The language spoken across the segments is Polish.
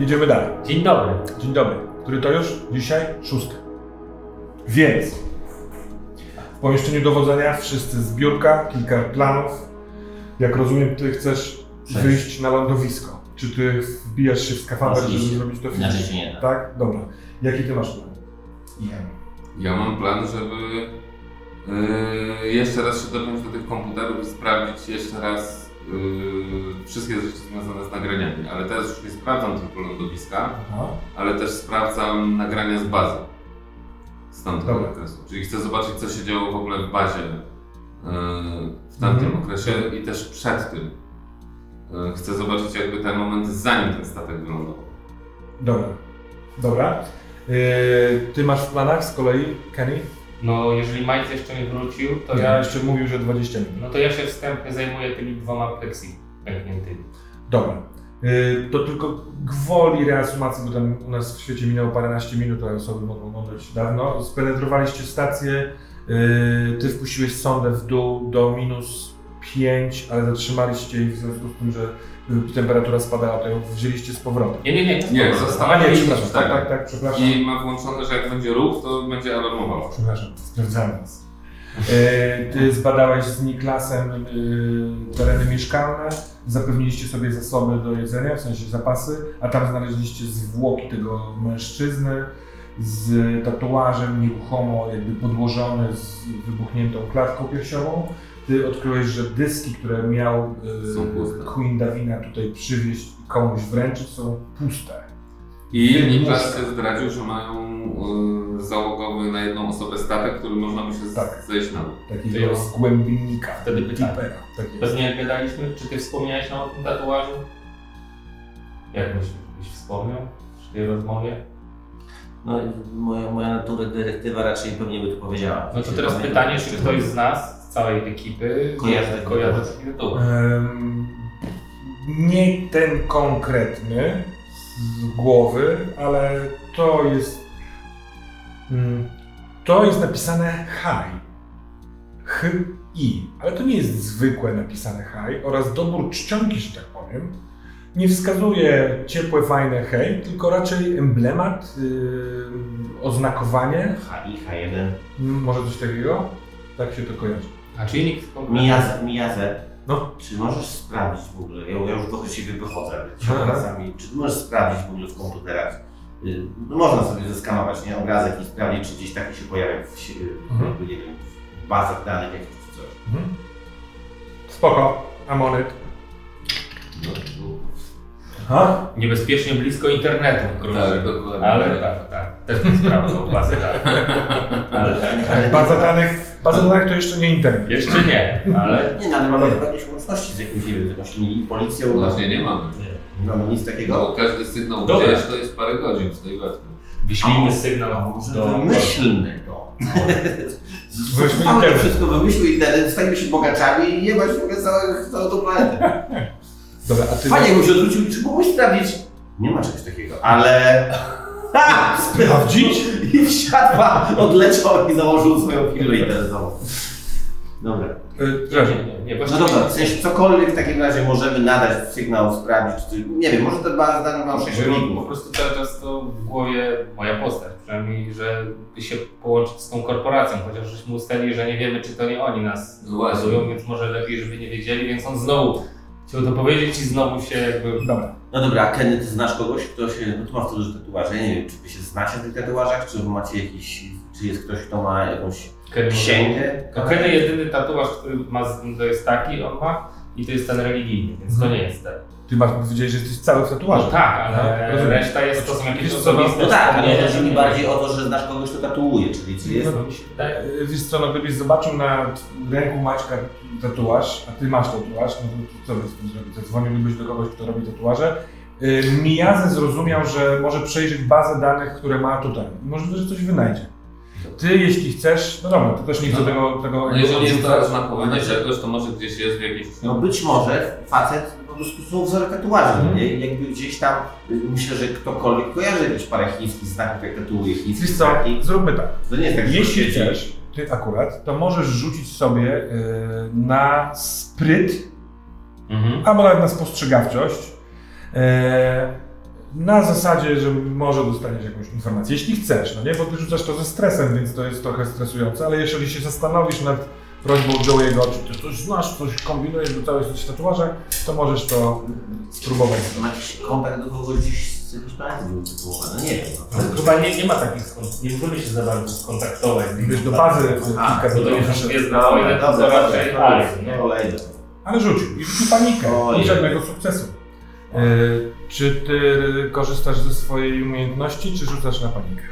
jedziemy dalej. Dzień dobry. Dzień dobry. Który to już? Dzisiaj 6. Więc w pomieszczeniu dowodzenia wszyscy z biurka, kilka planów. Jak rozumiem, ty chcesz wyjść na lądowisko. Czy ty wbijasz się w skafander, żeby zrobić to fizycznie? Nie. Tak? Dobra. Jaki ty masz plan? Ja mam plan, żeby jeszcze raz się dopiąć do tych komputerów i sprawdzić jeszcze raz wszystkie rzeczy związane z nagraniami. Ale teraz już nie sprawdzam tylko lądowiska, ale też sprawdzam nagrania z bazy. Z tamtego okresu. Czyli chcę zobaczyć, co się działo w ogóle w bazie w tamtym okresie i też przed tym. Chcę zobaczyć jakby te momenty, zanim ten statek wylądował. Dobra. Ty masz w planach z kolei, Kenny? No, jeżeli Mike jeszcze nie wrócił, to ja jeszcze mówił, że 20 minut. No to ja się wstępnie zajmuję tymi 2 plexi pękniętymi. Dobra. To tylko gwoli reasumacji, bo tam u nas w świecie minęło paręnaście minut, a osoby mogą oglądać dawno. Spenetrowaliście stację, ty wpuściłeś sondę w dół do -5, ale zatrzymaliście jej w związku z tym, że temperatura spadała, to ją wzięliście z powrotem. Nie, została. Nie, przepraszam. Tak, przepraszam. I ma włączone, że jak będzie ruch, to będzie alarmowało. Przepraszam, sprawdzałem was. Ty zbadałeś z Niklasem tereny mieszkalne, zapewniliście sobie zasoby do jedzenia, w sensie zapasy, a tam znaleźliście zwłoki tego mężczyzny z tatuażem nieruchomo jakby podłożony z wybuchniętą klatką piersiową. Ty odkryłeś, że dyski, które miał Queen Davina tutaj przywieźć i komuś wręczyć, są puste. I Niklas się zdradził, że mają załogowy na jedną osobę statek, który można by się zejść na dół. Takiego z głębinnika. Wtedy pytanie. Tak Pewnie jak gadaliśmy, czy ty wspomniałeś o tym tatuażu? Jak myślisz, byś wspomniał przy tej rozmowie? No moja natura dyrektywa raczej pewnie by to powiedziała. No to teraz pytanie, czy ktoś z nas, z całej ekipy, kojarzy taki tatuaż? Nie ten konkretny z głowy, ale to jest napisane Hi. H-I, ale to nie jest zwykłe napisane Hi oraz dobór czcionki, że tak powiem. Nie wskazuje ciepłe, fajne hej, tylko raczej emblemat, oznakowanie. H1. Może coś takiego? Tak się to kojarzy. A czyli nikt Mijaze. No. Czy możesz sprawdzić w ogóle, ja już do siebie wychodzę, czasami, czy możesz sprawdzić w ogóle w komputerach, no można sobie zeskanować, nie, obrazek i sprawdzić, czy gdzieś taki się pojawia nie wiem, w bazach danych jakichś czy coś. Spoko, Amonet. Niebezpiecznie blisko internetu. Tak, dokładnie. Ale tak. Też nie sprawdzą bazy danych. Baza danych to jeszcze nie internet. Jeszcze nie, ale... Nie, ale mamy chyba jakieś łączności z jakimś, nie wiem, z jakąś policją. Właśnie nie mamy. Nie mamy nic takiego. Bo każdy sygnał gdzieś to jest parę godzin w tej wersji. Wyślijmy sygnał do... Wymyślmy to. Weźmy wszystko wymyślił internet, staniemy się bogaczami i jebać w ogóle całą tą planetę. Dobra, a ty... Fajnie, jakbym się odwrócił, czy mógłbyś sprawdzić? Nie ma czegoś takiego, ale... Sprawdzić? I wsiadł, odleciał i założył swoją firmę internetową. Dobra. Nie, no dobra, w sensie cokolwiek w takim razie możemy nadać sygnał, sprawdzić, czy... Nie wiem, może te bazy danych mam 6 plików. Po prostu cały czas to w głowie moja postać, przynajmniej, że się połączyć z tą korporacją, chociaż żeśmy ustalili, że nie wiemy, czy to nie oni nas bazują, więc może lepiej, żeby nie wiedzieli, więc on znowu chciał to powiedzieć i znowu się jakby... Dobra. No dobra, a Kenny, ty znasz kogoś, kto się... No tu ma w dużo tatuaży, ja nie wiem, czy wy się znacie w tych tatuażach, czy macie jakiś... Czy jest ktoś, kto ma jakąś księgę? Kenny jedyny tatuaż, który ma, to jest taki, on ma i to jest ten religijny, więc to nie jest ten. Ty powiedziałeś, że jesteś cały w tatuażu. No tak, ale reszta jest, to są jakieś osobiste... No tak, ale chodzi mi bardziej o to, że znasz kogoś, kto tatuuje, czyli czy jest... No, mi się wydaje. Wiesz co, no gdybyś zobaczył na ręku Maćka tatuaż, a ty masz tatuaż, no to co byś z tym zrobił? Zadzwoniłbyś do kogoś, kto robi tatuaże. Miyaze zrozumiał, że może przejrzeć bazę danych, które ma tutaj. Możliwe, że coś wynajdzie. Ty, jeśli chcesz, no dobra, to też nie chcę tego... No jeżeli jest to oznakowanie czegoś, to może gdzieś jest w jakiejś... No być może facet po prostu są wzory tatuaży, nie? Jakby gdzieś tam, myślę, że ktokolwiek kojarzy jakieś parę chińskich znaków, jak tatuuje chińskie znaki. Zróbmy tak. To nie jest tak, jeśli chcesz, ty akurat, to możesz rzucić sobie na spryt, albo nawet na spostrzegawczość, na zasadzie, że może dostaniesz jakąś informację, jeśli chcesz, no nie, bo ty rzucasz to ze stresem, więc to jest trochę stresujące, ale jeżeli się zastanowisz nad prośbą Joey'ego, czy ty coś znasz, coś kombinujesz, rzucałeś coś w tatuażach, to możesz to spróbować. Ma jakiś kontakt do kogoś gdzieś z jakimś planetem był tytułowany, no nie wiem. No. Chyba nie ma takich nie możemy się za bardzo skontaktować. Wiesz, do bazy A, kilka Bo to dni jest wcześniej. Gwiezdna Wojna, to raczej Alien, nie? Kolejny. Ale rzucił i rzucił panikę Ojej. i żadnego sukcesu. Czy ty korzystasz ze swojej umiejętności, czy rzucasz na panikę?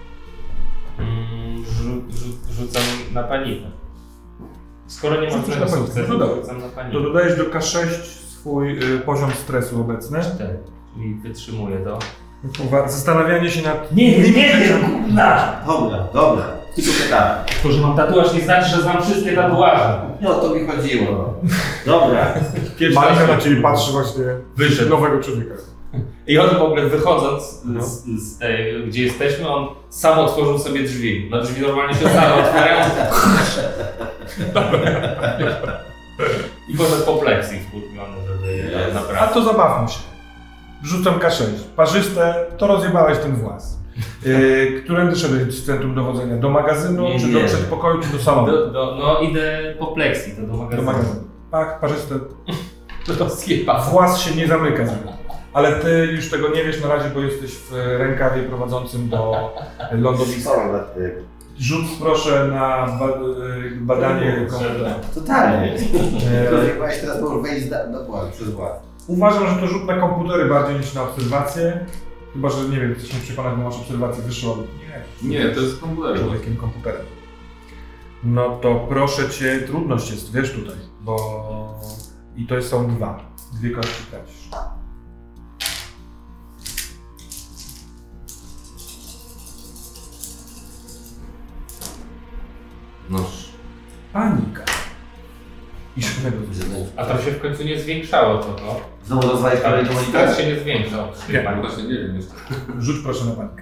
Rzucam na panikę. Skoro nie ma Rzucasz żadnego na panikę. sukcesu, No to dobra. rzucam na To panikę. dodajesz do K6 swój poziom stresu obecny. 4, czyli wytrzymuję to. Zastanawianie się nad... Nie, kurna! Dobra. Tylko pytanie. To, że mam tatuaż nie znaczy, że znam wszystkie tatuaże. No to mi chodziło. No. Dobra. Malika na ciebie patrzy właśnie Wyszedł. nowego człowieka. I on w ogóle wychodząc No. z tej, gdzie jesteśmy, on sam otworzył sobie drzwi. No drzwi normalnie się same otwierają. I poszedł po pleksji wkurwiony, żeby je Jezu. A naprawdę. to zabawmy się. Rzucam K6. Parzyste, to rozjebałeś ten włas. Którędy szedłeś z centrum dowodzenia? Do magazynu, Nie, czy nie. do przedpokoju, czy do salonu? No idę po pleksji, to do Do magazynu. magazynu. Tak, parzyste. Rozjeba. Włas się nie zamyka za nim. Ale ty już tego nie wiesz na razie, bo jesteś w rękawie prowadzącym do lądowiska. Rzuć proszę na badanie komputera. Totalnie. E, Rozjebałeś teraz to wejść dokładnie przez wład. Uważam, że to rzut na komputery bardziej niż na obserwację. Chyba, że nie wiem, chcesz mnie przekonać, bo masz obserwację wyższą. Nie, to jest komputer. Człowiekiem komputerem. No to proszę cię, trudność jest, wiesz tutaj, bo... I to są dwie kości tracisz. Noż. Panika. I szybnego A tam się w końcu nie zwiększało to, no. Znowu rozwalić kolejny monitor? Stres się nie zwiększał. Nie. Właśnie nie wiem jeszcze. Rzuć proszę na panikę.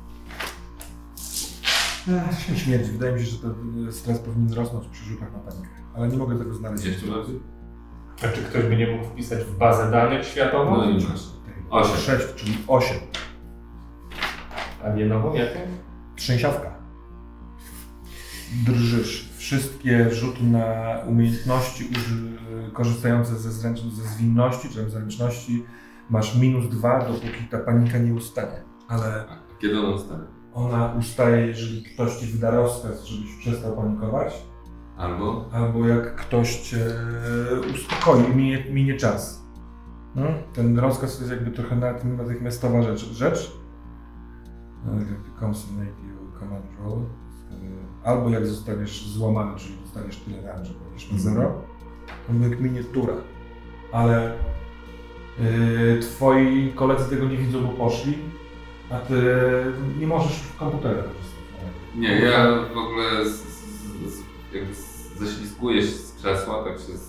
Mi śmierdzi. Wydaje mi się, że ten stres powinien rosnąć przy rzutach na panikę. Ale nie mogę tego znaleźć. Jeszcze bardziej? A czy ktoś by nie mógł wpisać w bazę danych światową? No i masz. 8. 6, czyli 8. Alienową jaką? Trzęsiawka. Drżysz. Wszystkie rzuty na umiejętności korzystające ze zwinności czy zręczności masz -2, dopóki ta panika nie ustanie. Ale A kiedy on stanie? ona ustaje, jeżeli ktoś ci wyda rozkaz, żebyś przestał panikować, Albo jak ktoś cię uspokoi, minie czas. Ten rozkaz jest jakby trochę natychmiastowa rzecz. Consumate your command roll. Albo jak zostaniesz złamany, czyli dostaniesz tyle ran, że będziesz na 0, albo jak minie tura. Ale twoi koledzy tego nie widzą, bo poszli, a ty nie możesz w komputerze korzystać. Nie, ja w ogóle jakby ześlizguję się z krzesła, tak się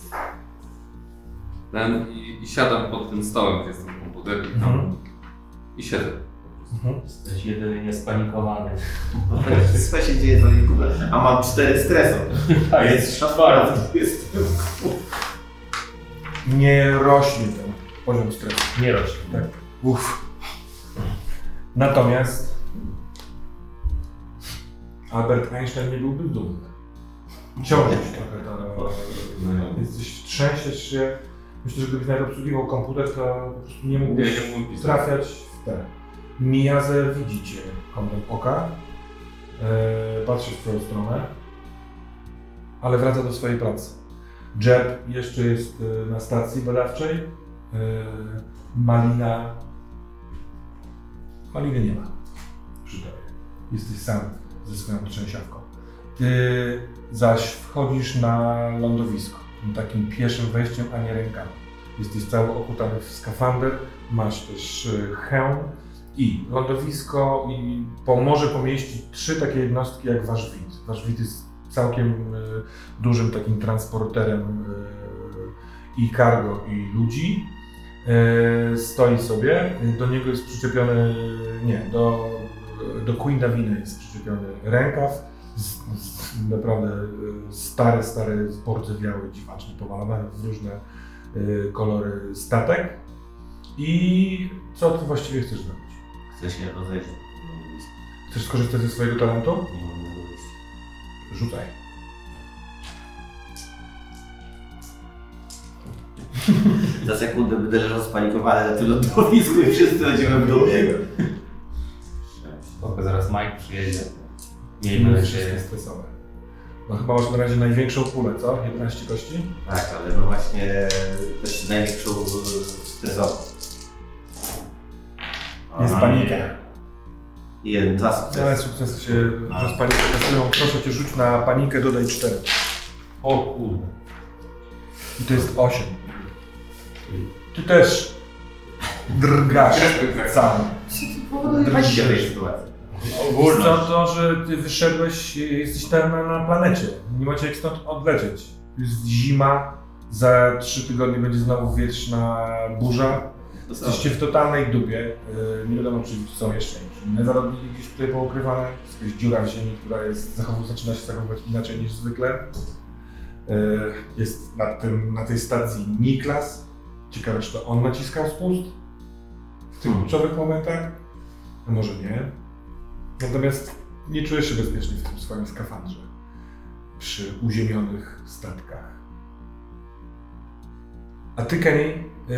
i siadam pod tym stołem, gdzie jest ten komputer i tam i siedzę. Jesteś jedyny niespanikowany. Co się dzieje z moim komputerem? A mam 4 stresu. Tak, Jest szafara. Nie rośnie ten poziom stresu. Nie rośnie. Tak. Uff. Natomiast Albert Einstein nie byłby dumny. Ciągniesz trochę to. Jesteś, trzęsiesz się. Myślę, że gdybyś nawet obsługiwał komputer, to po prostu nie mógłbyś trafiać w te. Miyazę widzicie kątem oka. Patrzy w twoją stronę. Ale wraca do swojej pracy. Jeb jeszcze jest na stacji badawczej. Maliny nie ma przy tobie. Jesteś sam ze swoją trzęsiawką. Ty zaś wchodzisz na lądowisko, tym takim pieszym wejściem, a nie rękami. Jesteś cały okutany w skafander, masz też hełm i lądowisko może pomieścić 3 takie jednostki jak wasz WIT. Wasz WIT jest całkiem dużym takim transporterem i cargo, i ludzi. Stoi sobie, do niego jest przyczepiony, do Queen Daviny jest przyczepiony rękaw, naprawdę stary, pordzewiały, dziwaczny, pomalowany w różne kolory statek I co ty właściwie chcesz zrobić? Chcę się rozejrzeć. Chcesz skorzystać ze swojego talentu? Nie mam innego wyjścia. Rzucaj. Za sekundę będę leżał spanikowany na tym lądowisku i wszyscy będziemy w dupie. Spoko, zaraz Mike przyjedzie. Nie Miejmy jest nadzieję. wszystkie stresowe. No chyba masz na razie największą pulę, co? 11 kości? Tak, ale no właśnie też największą stresową. Jest panika. I dwa sukcesy. Ale sukcesy się przez panikę kasują. Proszę cię, rzuć na panikę, dodaj 4. O kurde. I to jest 8. Ty też drgasz cały. Drżysz w tej sytuacji. Ogólnie to, że ty wyszedłeś, jesteś na planecie. Nie macie jak stąd odlecieć. Jest zima, za 3 tygodnie będzie znowu wietrzna burza. Jesteście w totalnej dupie. Nie wiadomo, czy są jeszcze inne zarodniki gdzieś tutaj poukrywane. Jest jakaś dziura w ziemi, która zaczyna się zachowywać inaczej niż zwykle. Jest na tej stacji Niklas. Ciekawe, czy to on naciskał spust w tych kluczowych momentach? No może nie. Natomiast nie czujesz się bezpiecznie w tym swoim skafandrze przy uziemionych statkach. A ty, Kenny,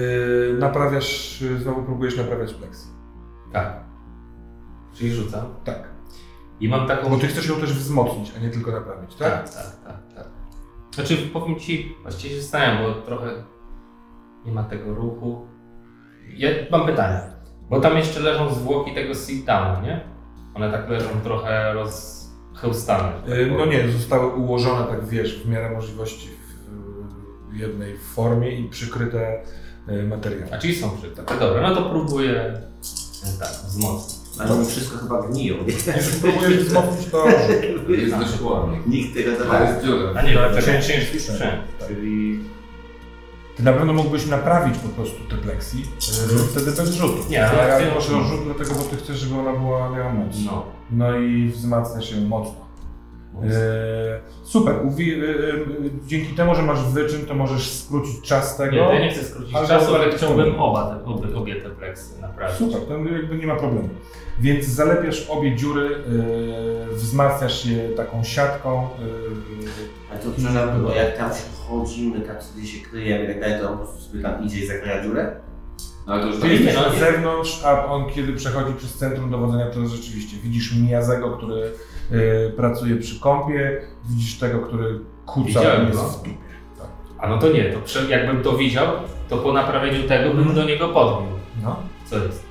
znowu próbujesz naprawiać Plexi. Tak. Czyli rzucam. Tak. I mam taką... Bo ty chcesz ją też wzmocnić, a nie tylko naprawić, tak? Tak. Znaczy, powiem ci, właściwie się zastanawiam, bo trochę nie ma tego ruchu. Ja mam pytanie, bo tam jeszcze leżą zwłoki tego Seatownu, nie? One tak leżą trochę rozchełstane. No nie, zostały ułożone, tak wiesz, w miarę możliwości w jednej formie i przykryte materiałem. A czyli są przykryte. Dobra, no to próbuję tak, wzmocnić. Ale oni wszystko chyba gniją. Jeśli próbujesz wzmocnić, to Jest dość chłodny. Nikt tego To nie jest dziura. A nie, Ale to ciężki ciężki sprzęt. sprzęt. Czyli... ty na pewno mógłbyś naprawić po prostu te Plexi, wtedy bez rzutu. Nie, ale ale ja ty- proszę o rzut, dlatego bo ty chcesz, żeby ona miała moc. No. No i wzmacniasz ją mocno. Super, dzięki temu, że masz wyczyn, to możesz skrócić czas tego. Nie, to ja nie chcę skrócić Ale czasu, ale to- chciałbym obie te pleksy naprawić. Super, to jakby nie ma problemu. Więc zalepiasz obie dziury, wzmacniasz je taką siatką. Ale to przepraszam, bo jak tam się chodzimy, tak sobie się kryjemy i tak dalej, to on po prostu sobie tam idzie i zakraja dziurę? Ale to już Ty tak jesteś no, na nie. zewnątrz, a on kiedy przechodzi przez centrum dowodzenia, to rzeczywiście widzisz Miyazego, który pracuje przy kąpie, widzisz tego, który kuca Widziałem i jest go. w dupie. Tak. A no to nie, to jakbym to widział, to po naprawieniu tego bym do niego podbił. No. Co jest?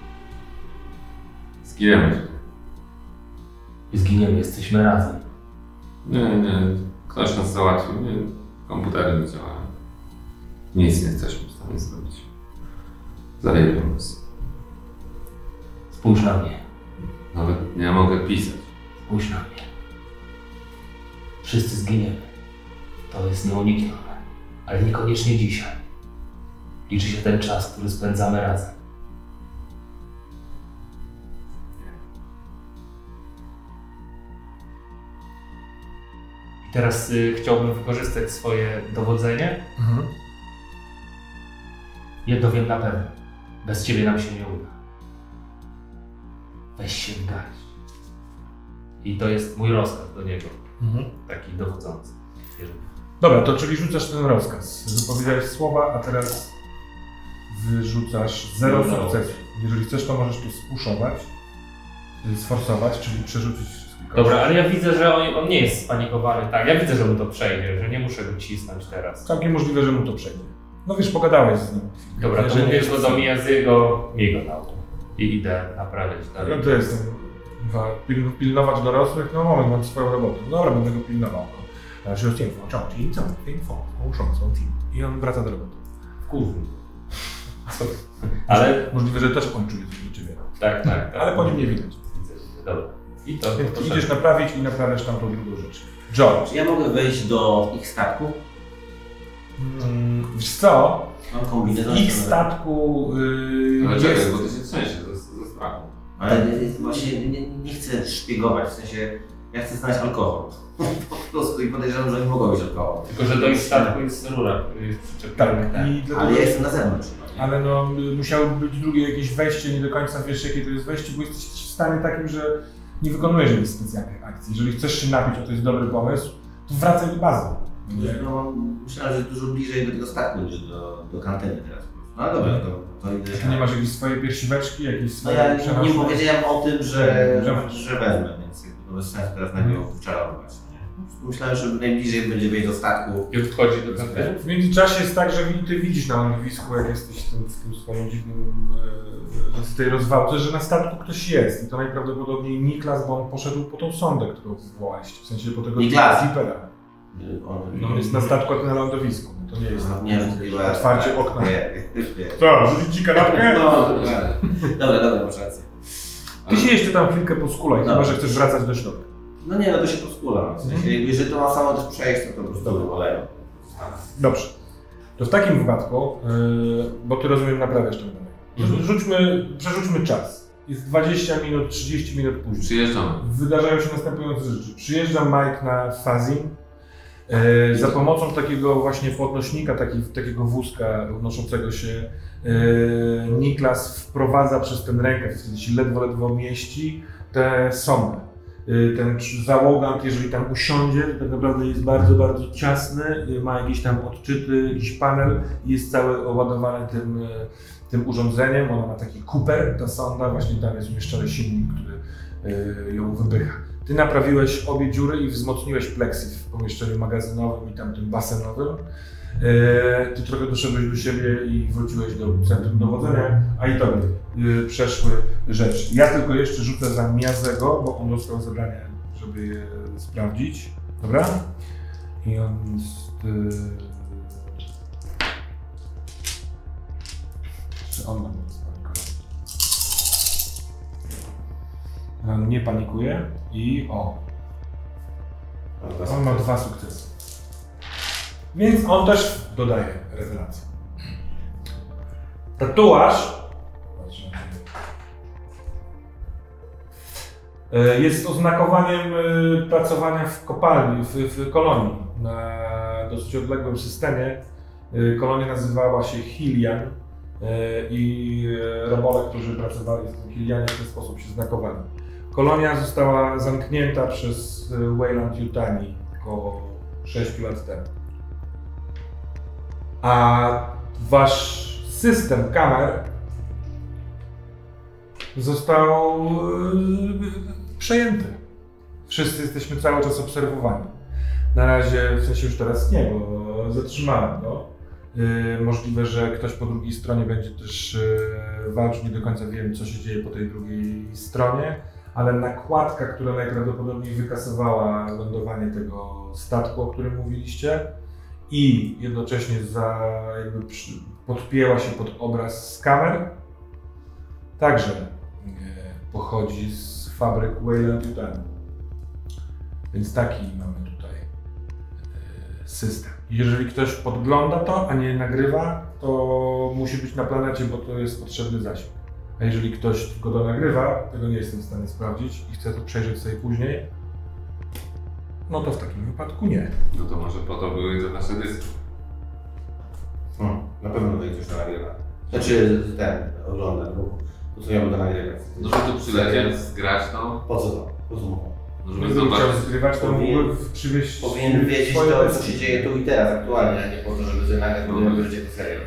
zginiemy. I zginiemy, jesteśmy razem. Nie. Ktoś nas załatwił. Nie. Komputery nie działają. Nic nie jesteśmy w stanie zrobić. Zajebią nas. Spójrz na mnie, Nawet nie mogę pisać. spójrz na mnie. Wszyscy zginiemy. To jest nieuniknione. Ale niekoniecznie dzisiaj. Liczy się ten czas, który spędzamy razem. I teraz chciałbym wykorzystać swoje dowodzenie. Mhm. Jedno wiem na pewno. Bez ciebie nam się nie uda. Weź się w garść. I to jest mój rozkaz do niego. Mhm. Taki dowodzący. Dobra, to czyli rzucasz ten rozkaz. Wypowiedziałeś słowa, a teraz wyrzucasz 0 No. sukcesów. Jeżeli chcesz, to możesz to spuszować, sforsować, czyli przerzucić wszystkie kości. Dobra, ale ja widzę, że on nie jest spanikowany. Tak, ja widzę, że mu to przejdzie, że nie muszę go cisnąć teraz. Całkiem możliwe, że mu to przejdzie. No wiesz, pogadałeś z nim. Dobra, to Że nie mówię jest- go do Miyaziego, miej go na ucho. I idę naprawiać dalej. No to jest pilnować dorosłych, no moment, mam swoją robotę. No dobra, będę go pilnował. I on wraca do roboty. Kurwa. Ale... Możliwe, że też on czuje coś do ciebie. Tak. Ale po nim nie widać. Widzę. Dobra. I to Więc poszedłem. idziesz naprawić i naprawiasz tamtą drugą rzecz. George, Czy ja mogę wejść do ich statku? wiesz co? Mam kombinezon. Ich statku Ale czekaj, jest... bo to się trzęsie ze strachu. Ale właśnie nie chcę szpiegować, w sensie ja chcę znaleźć alkohol. Po prostu i podejrzewam, że nie mogło być alkohol. Tylko, że do ich statku jest rura, który jest przyczepiony. Tak, i dlatego... Ale ja jestem na zewnątrz, ale no, musiało być drugie jakieś wejście, nie do końca wiesz jakie to jest wejście, bo jesteś w stanie takim, że nie wykonujesz jakichś specjalnych akcji. Jeżeli chcesz się napić, a to jest dobry pomysł, to wracaj do bazy. No, myślałem, że dużo bliżej do tego statku niż do kantyny teraz. No ale dobra, to idę. Ty nie masz jakiejś swojej piersiweczki, jakiejś No swojej ja nie przenośnej? powiedziałem o tym, że Że wezmę, więc jakby to bez sensu teraz nagle wyczarować. Myślałem, że najbliżej będzie wejść do statku. I wchodzi do kantyny. W międzyczasie jest tak, że ty widzisz na lądowisku, jak jesteś w tym swoim dziwnym, w tej rozwałce, że na statku ktoś jest. I to najprawdopodobniej Niklas, bo on poszedł po tą sondę, którą wywołaliście. W sensie po tego Niklas. Zipera. No on jest na statku, a ty na lądowisku. To nie jest otwarcie okna. Co, rzucić ci kanapkę? No, dobra, masz rację. Ty się jeszcze tam chwilkę poskulaj, chyba No. że chcesz wracać do środka. No nie, no to się poskula. W sensie, jeżeli to ma samo też przejść, to po prostu wywoleją. Dobrze. To w takim wypadku, bo ty rozumiem naprawiasz ten dalej. Przerzućmy czas. Jest 20 minut, 30 minut później. Przyjeżdżamy. Wydarzają się następujące rzeczy. Przyjeżdża Mike na Fazin. Za pomocą takiego właśnie podnośnika, takiego wózka unoszącego się, Niklas wprowadza przez ten rękaw, w sensie ledwo mieści, tę sondę. Ten załogant, jeżeli tam usiądzie, to tak naprawdę jest bardzo ciasny, ma jakieś tam odczyty, jakiś panel i jest cały oładowany tym urządzeniem. Ona ma taki kuper, ta sonda, właśnie tam jest umieszczony silnik, który ją wypycha. Ty naprawiłeś obie dziury i wzmocniłeś pleksy w pomieszczeniu magazynowym i tamtym basenowym. Ty trochę doszedłeś do siebie i wróciłeś do centrum dowodzenia, a i tobie przeszły rzeczy. Ja tylko jeszcze rzucę za Miazego, bo on dostał zadanie, żeby je sprawdzić. Dobra? I on jest... Czy on ma spanikować? On nie panikuje i on ma 2 sukcesy. Więc on też dodaje rewelację. Tatuaż jest oznakowaniem pracowania w kopalni, w kolonii na dosyć odległym systemie. Kolonia nazywała się Hilian i robole, którzy pracowali w tym Hilianie, w ten sposób się znakowali. Kolonia została zamknięta przez Weyland-Yutani około 6 lat temu. A wasz system kamer został przejęty. Wszyscy jesteśmy cały czas obserwowani. Na razie, w sensie już teraz nie, bo zatrzymałem go. Możliwe, że ktoś po drugiej stronie będzie też walczył, nie do końca wiem, co się dzieje po tej drugiej stronie, ale nakładka, która najprawdopodobniej wykasowała lądowanie tego statku, o którym mówiliście, i jednocześnie podpięła się pod obraz z kamer, także pochodzi z fabryk Weyland-Yutani. Więc taki mamy tutaj system. Jeżeli ktoś podgląda to, a nie nagrywa, to musi być na planecie, bo to jest potrzebny zasięg. A jeżeli ktoś tylko to nagrywa, tego nie jestem w stanie sprawdzić i chce to przejrzeć sobie później, no to w takim wypadku nie. No to może po to były te nasze dyski. Na pewno będzie coś nagrywa. Znaczy ogląda, bo po co miałby to nagrywać? No żeby tu przylecieć, zgrać to. Po co to? Po co mu? No Gdyby żeby chciał zobaczyć. zgrywać, to mógłby przywieźć Powinien wiedzieć swoje to, co deski. się dzieje tu i teraz, aktualnie, a nie po to, żeby sobie nagrać, bo nie będzie to serial.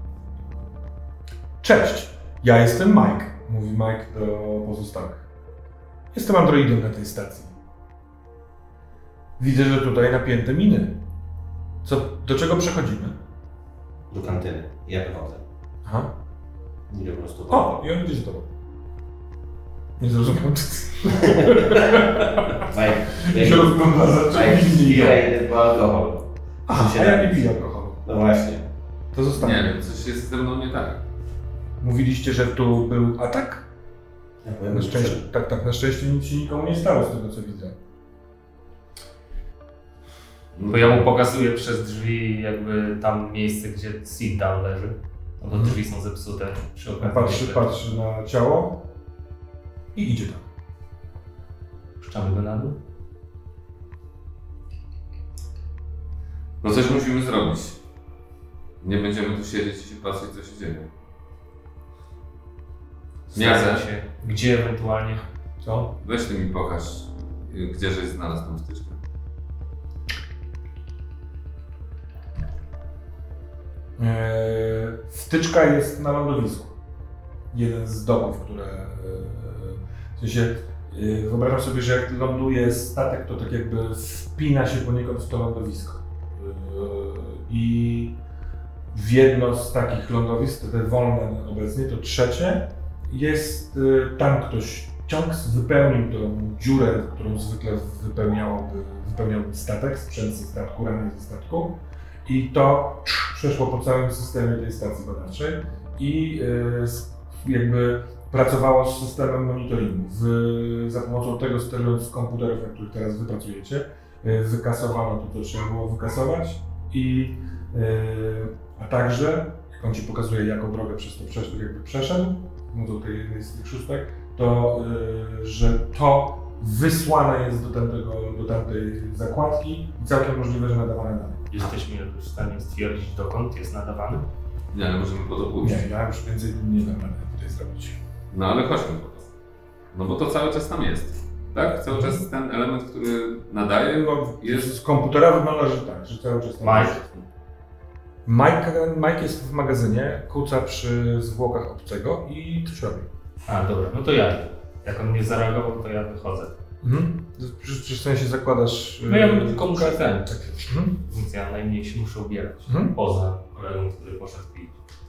Cześć, ja jestem Mike, mówi Mike do pozostałych. Jestem androidem na tej stacji. Widzę, że tutaj napięte miny. Do czego przechodzimy? Do kantyny. Ja wychodzę. Aha. Idę po prostu. O, i on idzie z tobą. Nie zrozumiałem. Ja się rozgląda za czymś innym. Ja idę po alkohol. Aha, a ja nie piję alkoholu. No właśnie. To zostanie. Nie wiem, coś jest ze mną nie tak. Mówiliście, że tu był atak? Ja powiem, Na szczęście, tak, na szczęście nic się nikomu nie stało z tego, co widzę. Bo ja mu pokazuję przez drzwi jakby tam miejsce, gdzie sit-down leży. No bo drzwi są zepsute przy okazji. Patrzy na ciało i idzie tam. Puszczamy go na dół. No coś musimy zrobić. Nie będziemy tu siedzieć i się patrzeć, co się dzieje. Zgadzam się. Gdzie ewentualnie? Co? Weź ty mi pokaż, gdzie żeś znalazł tą wtyczkę. Wtyczka jest na lądowisku. Jeden z domów, które... W sensie, wyobrażam sobie, że jak ląduje statek, to tak jakby wpina się poniekąd w to lądowisko. I w jedno z takich lądowisk, te wolne obecnie, to trzecie, jest tam ktoś wypełnił tą dziurę, którą zwykle wypełniałby statek, sprzęt ze statku, rany ze statku. I to przeszło po całym systemie tej stacji badawczej i jakby pracowało z systemem monitoringu. Za pomocą tego, sterując komputerów, na których teraz wy pracujecie, wykasowano to, co trzeba było wykasować a także, jak on ci pokazuje, jaką drogę przez to przeszedł, pomocą tej jednej z tych szóstek, to, że to wysłane jest do tamtej zakładki i całkiem możliwe, że nadawane dalej. Jesteśmy już w stanie stwierdzić, dokąd jest nadawany? Nie, ale możemy po to pójść. Nie, ja już więcej nie dam rady tutaj zrobić. No ale chodźmy po to. No bo to cały czas tam jest. Tak? Cały czas ten element, który nadaje, No, jest... z komputera wygląda, że tak, że cały czas tam jest. Mike jest w magazynie, kuca przy zwłokach obcego i coś robi. A, dobra, no to ja idę. Jak on nie zareagował, to ja wychodzę. W sensie zakładasz... No ja bym tylko muszę ten. Tak. Więc ja najmniej się muszę ubierać. Poza kolegą, który poszedł pić.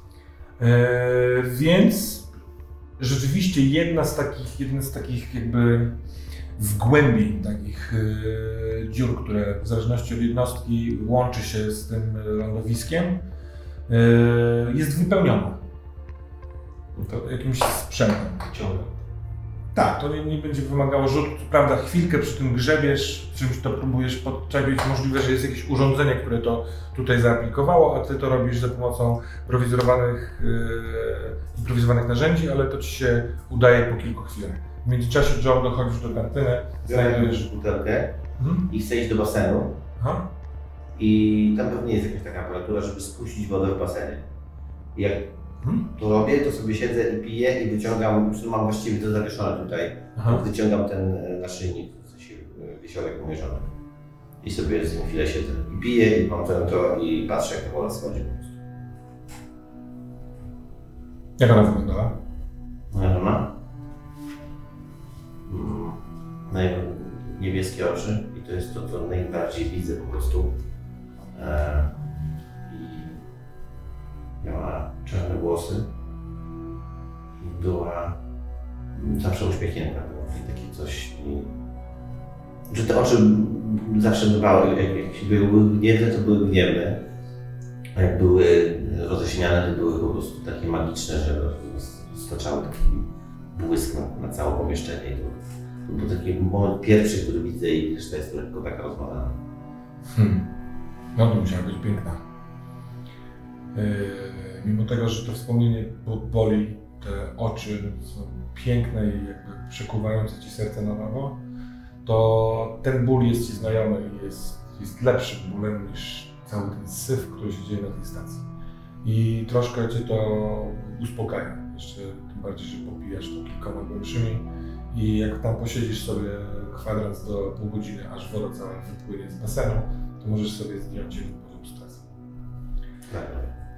Więc rzeczywiście jeden z takich jakby wgłębień takich dziur, które w zależności od jednostki łączy się z tym lądowiskiem, jest wypełniona. To jakimś sprzętem. Ciągle. Tak, to nie będzie wymagało rzutu. Co prawda chwilkę przy tym grzebiesz, czymś to próbujesz podczepić. Możliwe, że jest jakieś urządzenie, które to tutaj zaaplikowało, a ty to robisz za pomocą improwizowanych narzędzi, ale to ci się udaje po kilku chwilach. W międzyczasie, Joe, dochodzisz do kantyny, znajdujesz butelkę i chcę iść do basenu. Aha. I tam pewnie jest jakaś taka aparatura, żeby spuścić wodę w basenie. I jak to robię, to sobie siedzę i piję i wyciągam, mam właściwie to zawieszone tutaj, wyciągam ten naszyjnik, w sensie wisiorek pomierzony. I sobie z nim chwilę siedzę i piję i mam to i patrzę, jak ta woda schodzi po prostu. Jak ona wyglądała? Moja żona? Niebieskie oczy i to jest to, co najbardziej widzę po prostu. Miała czarne włosy i była zawsze uśmiechnięta. I takie coś. Że te oczy zawsze bywały, jak były gniewne, to były gniewne. A jak były roześmiane, to były po prostu takie magiczne, że staczały taki błysk na całe pomieszczenie. To był taki moment pierwszy, który widzę i reszta jest lekko taka rozmawiana. No to musiała być piękna. Mimo tego, że to wspomnienie boli, te oczy są piękne i jakby przekuwające ci serce na nowo, to ten ból jest ci znajomy i jest lepszym bólem niż cały ten syf, który się dzieje na tej stacji. I troszkę cię to uspokaja, jeszcze tym bardziej, że popijasz to kilkoma głębszymi i jak tam posiedzisz sobie kwadrans do pół godziny, aż woda cała wypłynie z basenu, to możesz sobie zdjąć jeden poziom stresu. Tak.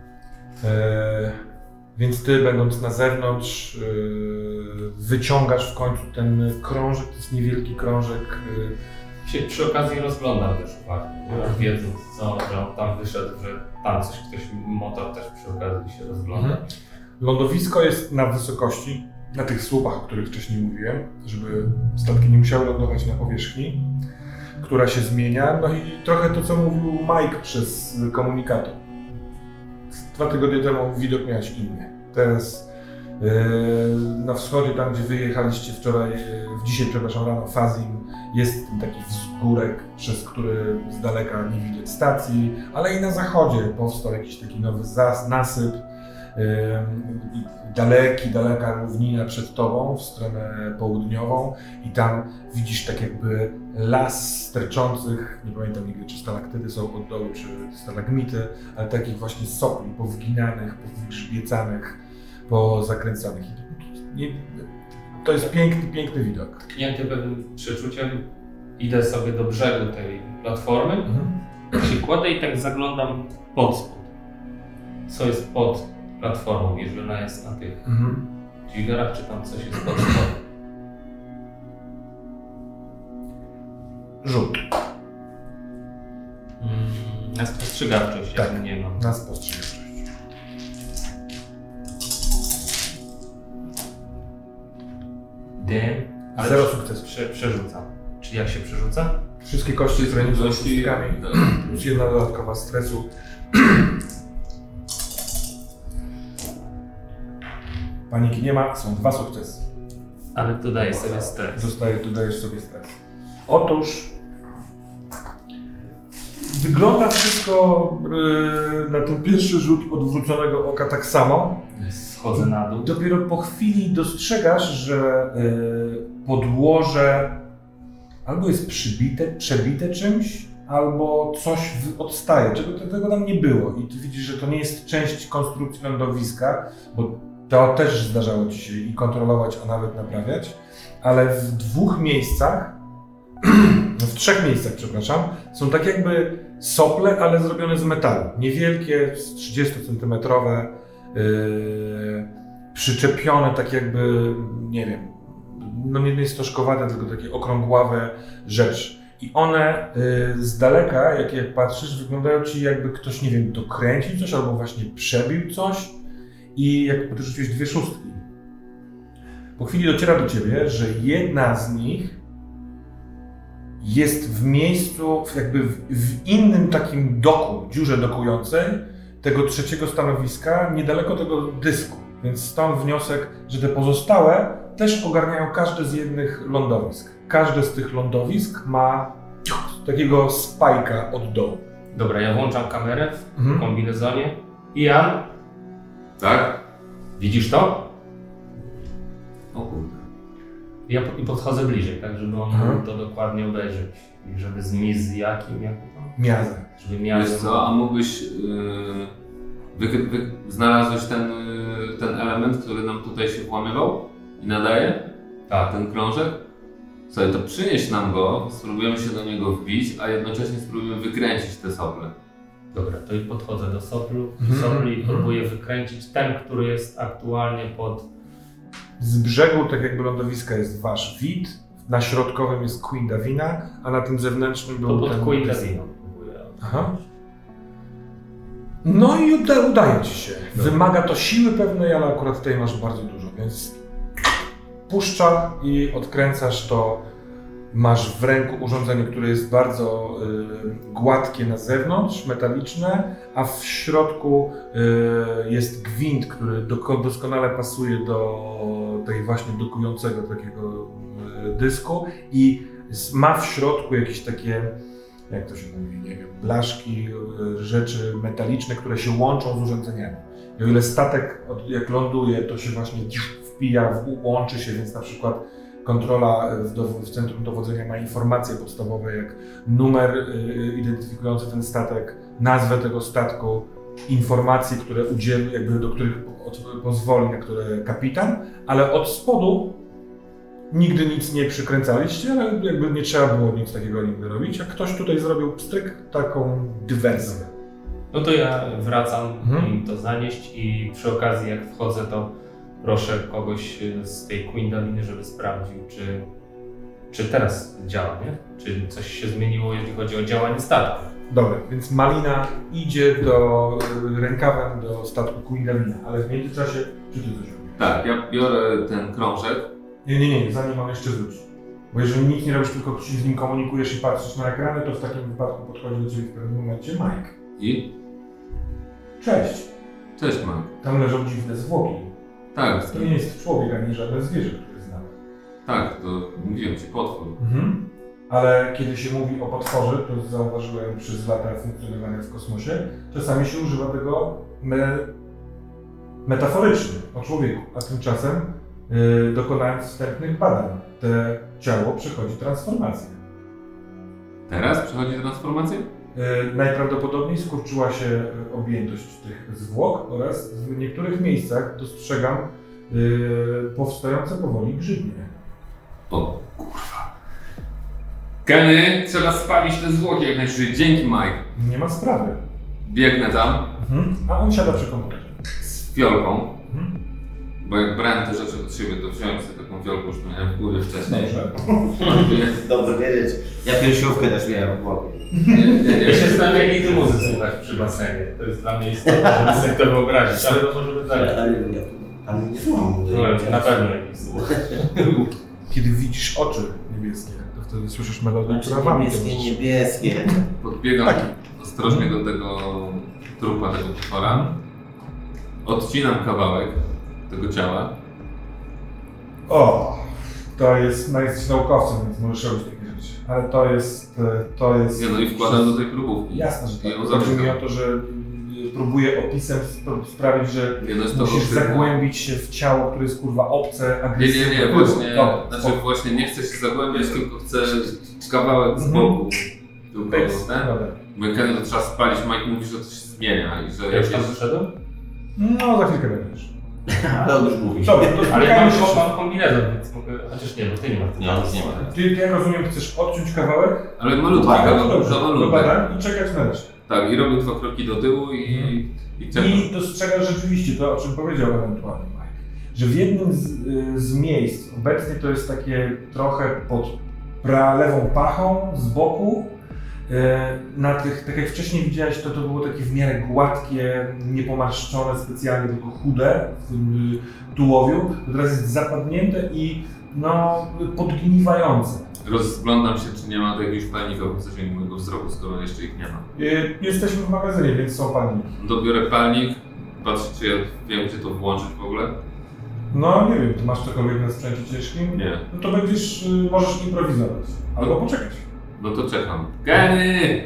Więc ty, będąc na zewnątrz, wyciągasz w końcu ten krążek, to jest niewielki krążek. Się przy okazji rozglądam też uważnie, wiedząc że on tam wyszedł, że tam ktoś motor też przy okazji się rozgląda. Lądowisko jest na wysokości, na tych słupach, o których wcześniej mówiłem, żeby statki nie musiały lądować na powierzchni, która się zmienia. No i trochę to, co mówił Mike przez komunikator. 2 tygodnie temu widok miałeś inny. Teraz na wschodzie, tam gdzie wyjechaliście dzisiaj rano, Fazim, jest taki wzgórek, przez który z daleka nie widać stacji, ale i na zachodzie powstał jakiś taki nowy nasyp. Daleka równina przed tobą w stronę południową i tam widzisz tak jakby las sterczących, nie pamiętam nigdy czy stalaktydy są od dołu czy stalagmity, ale takich właśnie sopli powginanych, powgrzbiecanych, pozakręcanych. to jest piękny widok. Tknięty pewnym przeczuciem, idę sobie do brzegu tej platformy, się kładę i tak zaglądam pod spód. Co jest pod platformą, jeżeli ona jest na tych dźwigarach, czy tam coś jest pod spodem. Rzut. Na spostrzegawczość Tak. ja nie mam. Na spostrzegawczość. Ale 0 sukcesów. Przerzucam. Czyli jak się przerzuca? Wszystkie kości, które nie są Kości- szóstkami, plus jedna dodatkowa stresu. Paniki nie ma, są 2 sukcesy. Ale dodaję sobie stres. Dodajesz sobie stres. Otóż wygląda wszystko na ten pierwszy rzut odwróconego oka tak samo. Schodzę na dół. Dopiero po chwili dostrzegasz, że podłoże albo jest przebite czymś, albo coś odstaje, tego tam nie było. I ty widzisz, że to nie jest część konstrukcji lądowiska, bo to też zdarzało ci się i kontrolować, a nawet naprawiać, ale w 2 miejscach, w 3 miejscach, przepraszam, są tak jakby sople, ale zrobione z metalu. Niewielkie, 30-centymetrowe, przyczepione tak jakby, nie wiem, no nie jest to szkowate, tylko takie okrągławe rzeczy. I one z daleka, jak patrzysz, wyglądają ci jakby ktoś, nie wiem, dokręcił coś albo właśnie przebił coś i jak podrzuciłeś 2 szóstki. Po chwili dociera do ciebie, że jedna z nich jest w miejscu, jakby w innym takim doku, dziurze dokującej tego 3. stanowiska, niedaleko tego dysku. Więc stąd wniosek, że te pozostałe też ogarniają każde z jednych lądowisk. Każde z tych lądowisk ma takiego spajka od dołu. Dobra, ja włączam kamerę w kombinezonie. Ian, Tak? widzisz to? O kurde. Ja podchodzę bliżej, tak żeby on mógł to dokładnie obejrzeć. I żeby zmiz jakim, jak to? Miazę. Żeby miał. Wiesz co, a mógłbyś... znalazłeś ten element, który nam tutaj się włamywał i nadaje? Tak. Ten krążek? Słuchaj, to przynieś nam go, spróbujemy się do niego wbić, a jednocześnie spróbujemy wykręcić te sople. Dobra, to i podchodzę do sopli i próbuję wykręcić ten, który jest aktualnie pod... Z brzegu, tak jakby lądowiska, jest wasz wid, na środkowym jest Queen Davina, a na tym zewnętrznym był pod ten... Queen Daviną próbuję. Aha. No i udaje ci się. Wymaga to siły pewnej, ale akurat tutaj masz bardzo dużo, więc puszcza i odkręcasz to. Masz w ręku urządzenie, które jest bardzo gładkie na zewnątrz, metaliczne, a w środku jest gwint, który doskonale pasuje do tej właśnie dokującego takiego dysku i ma w środku jakieś takie, jak to się mówi, nie wiem, blaszki, rzeczy metaliczne, które się łączą z urządzeniami. I o ile statek, jak ląduje, to się właśnie wpija, łączy się, więc na przykład kontrola w centrum dowodzenia ma informacje podstawowe, jak numer identyfikujący ten statek, nazwę tego statku, informacje, które udzieli, jakby do których pozwoli, na które kapitan, ale od spodu nigdy nic nie przykręcaliście, ale jakby nie trzeba było nic takiego nigdy robić, a ktoś tutaj zrobił pstryk, taką dywersję. No to ja wracam im to zanieść i przy okazji jak wchodzę, to proszę kogoś z tej Queen Daviny, żeby sprawdził, czy teraz działa, nie? Czy coś się zmieniło, jeżeli chodzi o działanie statku. Dobra, więc Malina idzie rękawem do statku Queen Davina, ale w międzyczasie, czy ty coś robisz? Tak, ja biorę ten krążek. Nie, zanim on jeszcze wróci. Bo jeżeli nic nie robisz, tylko się z nim komunikujesz i patrzysz na ekrany, to w takim wypadku podchodzi do ciebie w pewnym momencie Mike. I? Cześć. Cześć, Mike. Tam leżą dziwne zwłoki. Tak, To nie jest człowiek, ani żadne zwierzę, które znamy. tak, to mówiłem ci, potwór. Ale kiedy się mówi o potworze, to zauważyłem przez lata funkcjonowania w kosmosie, czasami się używa tego metaforycznie o człowieku, a tymczasem dokonając wstępnych badań, to ciało przechodzi transformację. Teraz przechodzi transformację? Najprawdopodobniej skurczyła się objętość tych zwłok oraz w niektórych miejscach dostrzegam powstające powoli grzybnie. O kurwa. Kenny, trzeba spalić te zwłoki jak najszybciej. Dzięki, Mike. Nie ma sprawy. Biegnę tam A on siada przy komputerze. z fiolką. Bo jak brałem te rzeczy od siebie, to wziąłem sobie taką fiolkę, już to miałem w górę wcześniej. Dobrze wiedzieć. Ja piersiówkę też miałem w głowie. Ja się zastanawiam, jakiej ty muzyki słuchać przy basenie. To jest dla mnie istotne, żeby sobie to wyobrazić, ale to może być dalej. Ale nie słucham. Na pewno jakiś słuch. Kiedy widzisz oczy niebieskie, to wtedy słyszysz melodię, która wam Niebieskie. Podbiegam ostrożnie do tego trupa, tego potwora. Odcinam kawałek tego ciała. O, to jest, no jesteś naukowcem, więc możesz robić takie rzeczy. Ale to jest... Nie, no i wkładam do tej próbówki. Jasne, że I ją tak. Chodzi mi zamykam. o to, że próbuję opisem sprawić, że Nie, no jest to musisz okrutne. zagłębić się w ciało, które jest kurwa obce, agresywne. Nie, właśnie, Dobra, znaczy właśnie nie chcę się zagłębiać, tylko chcę kawałek z boku. Tylko ten. Dobra. Bo Kenny to trzeba spalić, Mike mówi, że to się zmienia i że Ja już tam jakieś... wyszedłem? No, za chwilkę będziesz. Ale on już mówi. Dobra, to Ale ja spotkajmy się. mam kombinezon, więc mogę... Chociaż nie, bo ty nie masz. Nie, on już nie ma. Ty, jak rozumiem, chcesz odciąć kawałek, Ale malutki Dobra, kawałek, za do malutki. badań i czekać na resztę. Tak, i robię 2 kroki do tyłu i czekam. I dostrzegasz rzeczywiście to, o czym powiedział ewentualnie Mike, że w jednym z miejsc, obecnie to jest takie trochę pod lewą pachą, z boku, na tych, tak jak wcześniej widziałeś, to było takie w miarę gładkie, niepomarszczone specjalnie, tylko chude w tym tułowiu, to teraz jest zapadnięte i no podgniwające. Rozglądam się, czy nie ma tu jakiegoś palnika w zasięgu mojego wzroku, skoro jeszcze ich nie ma. Jesteśmy w magazynie, więc są palniki. Dobiorę palnik, patrzę, czy ja wiem, gdzie to włączyć w ogóle. No nie wiem, ty masz cokolwiek na sprzęcie ciężkim? Nie. No to będziesz, możesz improwizować, albo poczekać. No to czekam. Kenny!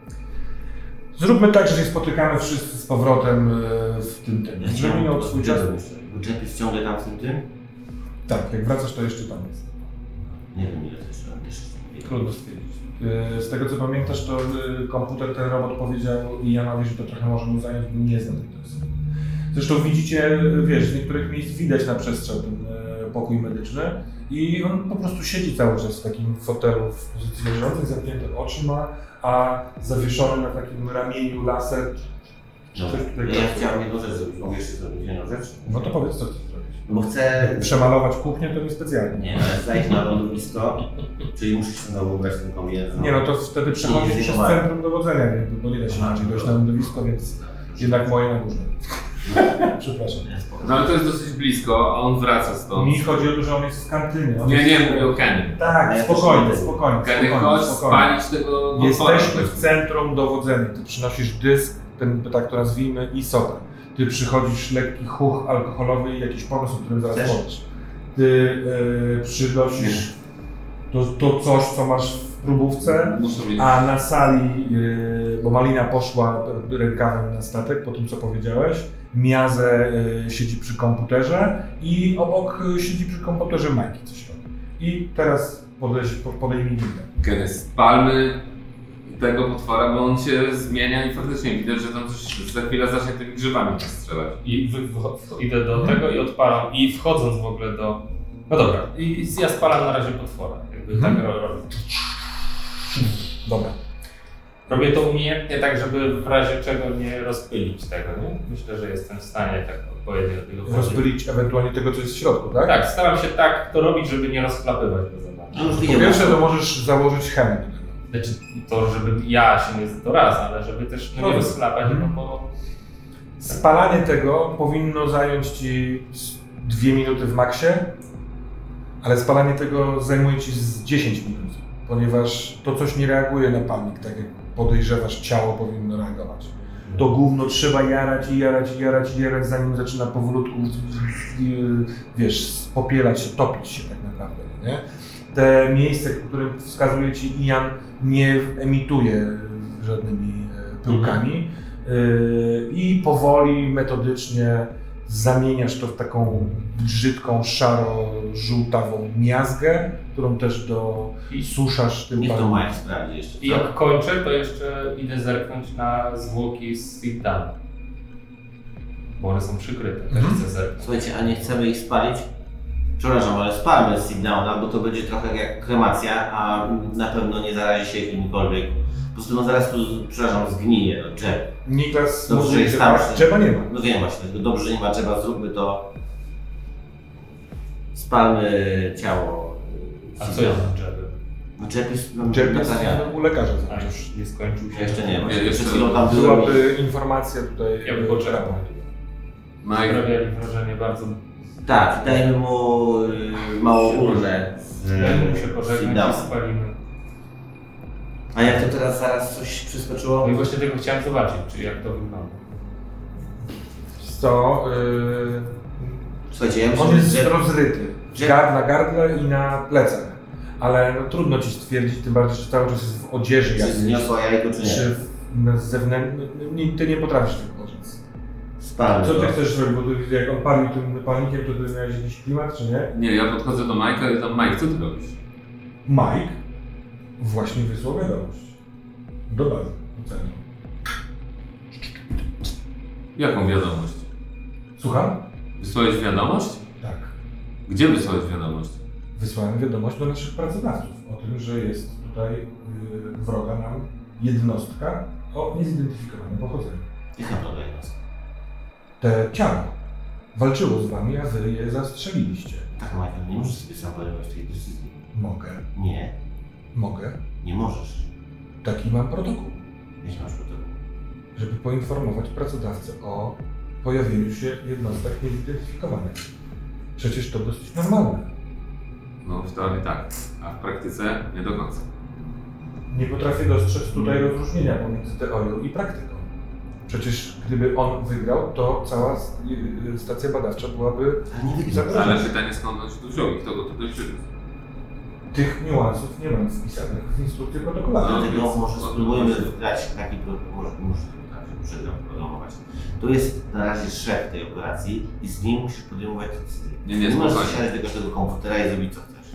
Zróbmy tak, że się spotykamy wszyscy z powrotem w tym. Że minął swój czas. Jeep jest ciągle tam w tym? Tak, jak wracasz, to jeszcze tam jest. Nie wiem ile to jeszcze Trudno stwierdzić. Z tego co pamiętasz, to komputer, ten robot powiedział Janowi, że to trochę może mu zająć, bo nie znam tej teksty. Zresztą widzicie, wiesz, z niektórych miejsc widać na przestrzał ten pokój medyczny i on po prostu siedzi cały czas w takim fotelu w pozycji leżącej, zamknięte oczy ma, a zawieszony na takim ramieniu laser. No, ja chciałem jedną rzecz zrobić. Mogę jeszcze zrobić jedną rzecz? No to powiedz, co chcesz zrobić. Bo chcę... Przemalować kuchnię to niespecjalnie. Nie, ale zajść na lądowisko, czyli muszę się znowu ubrać ten kombinezon. Nie no, to wtedy przechodzisz przez centrum dowodzenia, bo nie da się inaczej dojść na lądowisko, więc jednak moje na górze. Przepraszam. No ale to jest dosyć blisko, a on wraca stąd. Mi chodzi o to, że on jest w kantynie. On Nie, jest... nie, mówię o Kenny. Tak, Ja spokojnie, też spokojnie. Kenny, chodź spalić tego potwora. Jesteśmy w centrum dowodzenia. Ty przynosisz dysk, ten tak to nazwijmy, i soda. Ty przychodzisz lekki huch alkoholowy i jakiś pomysł, o którym zaraz Chcesz? powiesz. Ty przynosisz to coś, co masz w próbówce, Muszę mieć. a na sali, bo Malina poszła rękawem na statek po tym, co powiedziałeś, Miazę siedzi przy komputerze i obok siedzi przy komputerze Majki coś robi. I teraz podejmij linię. Kenny, spalmy tego potwora, bo on się zmienia i faktycznie widać, że tam coś za chwilę zacznie tymi grzybami strzelać. I idę do tego i odpalam. I wchodząc w ogóle do... No dobra, i ja spalam na razie potwora. Jakby tak robię. Dobra. Robię to umiejętnie tak, żeby w razie czego nie rozpylić tego, nie? Myślę, że jestem w stanie tak odpowiednio do tego podejść. Rozpylić ewentualnie tego, co jest w środku, tak? Tak, staram się tak to robić, żeby nie rozklapywać go za bardzo. No już Po widzę. pierwsze, to możesz założyć hełm do tego. Znaczy to, żeby ja się nie... to raz, ale żeby też no, nie rozklapać, no bo... Spalanie tego powinno zająć Ci 2 minuty w maksie, ale spalanie tego zajmuje Ci z 10 minut, ponieważ to coś nie reaguje na palnik, tak jak podejrzewasz, ciało powinno reagować. To gówno trzeba jarać i jarać i jarać i jarać, zanim zaczyna powolutku, wiesz, spopielać się, topić się tak naprawdę, nie? Te miejsce, którym wskazuje Ci Ian, nie emituje żadnymi pyłkami i powoli, metodycznie zamieniasz to w taką brzydką, szaro-żółtawą miazgę, którą też dosuszasz tym Niech to palnikiem. Mike sprawdzi jeszcze. I jak kończę, to jeszcze idę zerknąć na zwłoki z Sit Down. bo one są przykryte, też chcę zerknąć. Słuchajcie, a nie chcemy ich spalić? Przepraszam, ale spalmy sit-downa, bo to będzie trochę jak kremacja, a na pewno nie zarazi się kimkolwiek. Po prostu no zaraz tu, przepraszam, zgnije, no drzew. Niklas Dobrze, mówi, jest że tam. tak, drzewa nie ma. No wiem właśnie, to dobrze, że nie ma drzewa, zróbmy to. Spalmy ciało. A co ja mam drzewem? No drzew jest Drzew jest naprawiany. u lekarza A zaraz. już nie skończył się. Jeszcze nie, właśnie jeszcze przed chwilą tam byłem. Byłaby informacja tutaj. Ja bym poczekał. Mike, Sprawiali wrażenie bardzo... Tak, dajmy mu małą urnę. Dajmy mu się pożegnać sit-downa. i spalimy. A jak to teraz zaraz coś przyskoczyło? No i właśnie tego chciałem zobaczyć, czy jak to wygląda. To Słuchajcie, ja myślę, on jest że rozryty. Na gardle i na plecach. Ale no, trudno ci stwierdzić, tym bardziej, że cały czas jest w odzieży czy jakiejś. zniosła jajko, czy nie. Czy z zewnętrznej. Ty nie potrafisz tego orzec. Spalmy Co to. ty chcesz robić? Bo ty, jak on palił tym palnikiem, to ty miałeś jakiś klimat, czy nie? nie, ja podchodzę do Majka i tam Mike, co ty robisz? Mike właśnie wysłał wiadomość. Do bazy. Oceniam. Jaką wiadomość? Słucham? Wysłałeś wiadomość? Tak. Gdzie wysłałeś wiadomość? Wysłałem wiadomość do naszych pracodawców o tym, że jest tutaj wroga nam jednostka o niezidentyfikowanym pochodzeniu. Jaka to jednostka? Te ciało walczyło z wami, a wy je zastrzeliliście. Tak, Michael, nie możesz sobie sam podejmować tej decyzji. Mogę. Nie, Mogę. nie możesz. Taki mam protokół, Nie masz protokół. żeby poinformować pracodawcę o pojawieniu się jednostek niezidentyfikowanych. Przecież to dosyć normalne. No w teorii tak, a w praktyce nie do końca. Nie potrafię dostrzec tutaj rozróżnienia pomiędzy teorią i praktyką. Przecież gdyby on wygrał, to cała stacja badawcza byłaby Ale nie wygląda. zagrożona. Ale pytanie skąd on się tu wziął i kto go tutaj przywiózł? Tych niuansów nie mam wpisanych w instrukcji protokolarnej. No, Dlatego więc- może spróbujemy wygrać taki może przegram programować. Tu jest na razie szef tej operacji i z nim musisz podejmować decyzję. Nie, możesz spokojnie. siąść do każdego komputera i zrobić co chcesz.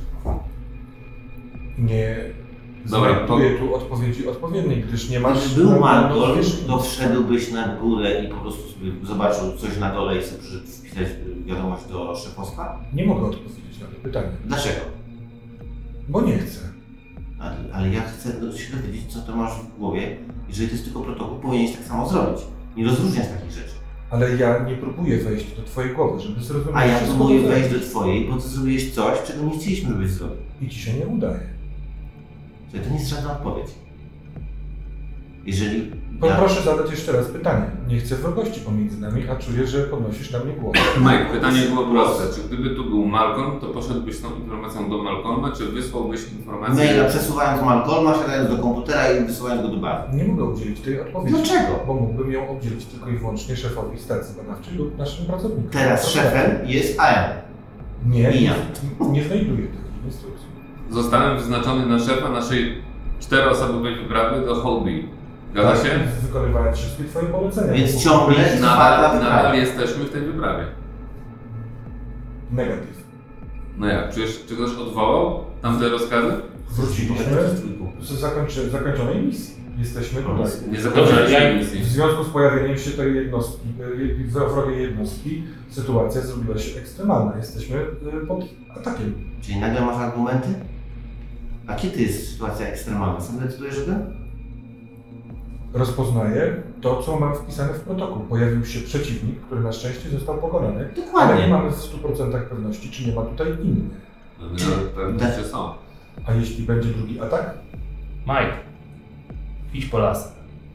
Nie Dobra, znajduję tu odpowiedzi odpowiedniej, gdyż nie masz... Gdyby był normalnej Malcolm, wierzchni. to wszedłbyś na górę i po prostu sobie zobaczył coś na dole i sobie wpisać wiadomość do szefostwa? Nie mogę odpowiedzieć na to pytanie, Dlaczego? bo nie chcę. Ale ja chcę się dowiedzieć, co to masz w głowie. Jeżeli to jest tylko protokół, powinieneś tak samo zrobić. Nie rozróżniać takich rzeczy. Ale ja nie próbuję wejść do twojej głowy, żeby zrozumieć A ja wszystko, próbuję co wejść do zrobisz. twojej, bo ty zrobiłeś coś, czego nie chcieliśmy, żebyś zrobił. I ci się nie udaje. To nie jest żadna odpowiedź. Jeżeli... Proszę zadać jeszcze raz pytanie. Nie chcę wrogości pomiędzy nami, a czuję, że podnosisz na mnie głowę. Mike, pytanie było proste. Czy gdyby tu był Malcolm, to poszedłbyś z tą informacją do Malcolma, czy wysłałbyś informację... Maila przesuwając Malcolma, siadając do komputera i wysyłając go do bazy. Nie mogę udzielić tej odpowiedzi. Dlaczego? Bo mógłbym ją udzielić tylko i wyłącznie szefowi stacji badawczej lub naszym pracownikom. Teraz szefem jest AM. Nie, I ja. nie znajduję takich instrukcji. Zostałem wyznaczony na szefa naszej 4-osobowej wyprawy do Holby. Zgadza się? Wykonywając wszystkie twoje polecenia. Więc ciągle trwa ta Nadal wyprawa. jesteśmy w tej wyprawie. Negatyw. No jak, czy ktoś odwołał tamte rozkazy? Wróciliśmy z zakończonej misji. Jesteśmy tutaj. Nie zakończyliśmy ja- W misji. związku z pojawieniem się tej jednostki, wrogiej jednostki, sytuacja zrobiła się ekstremalna. Jesteśmy pod atakiem. Czyli nagle masz argumenty? A kiedy jest sytuacja ekstremalna? Sam decydujesz o tym? Rozpoznaję to, co mam wpisane w protokół. Pojawił się przeciwnik, który na szczęście został pokonany, ale nie Dokładnie. mamy w 100% pewności, czy nie ma tutaj innych. No, pewnie, że są. A jeśli będzie drugi atak? Mike, idź po lasach.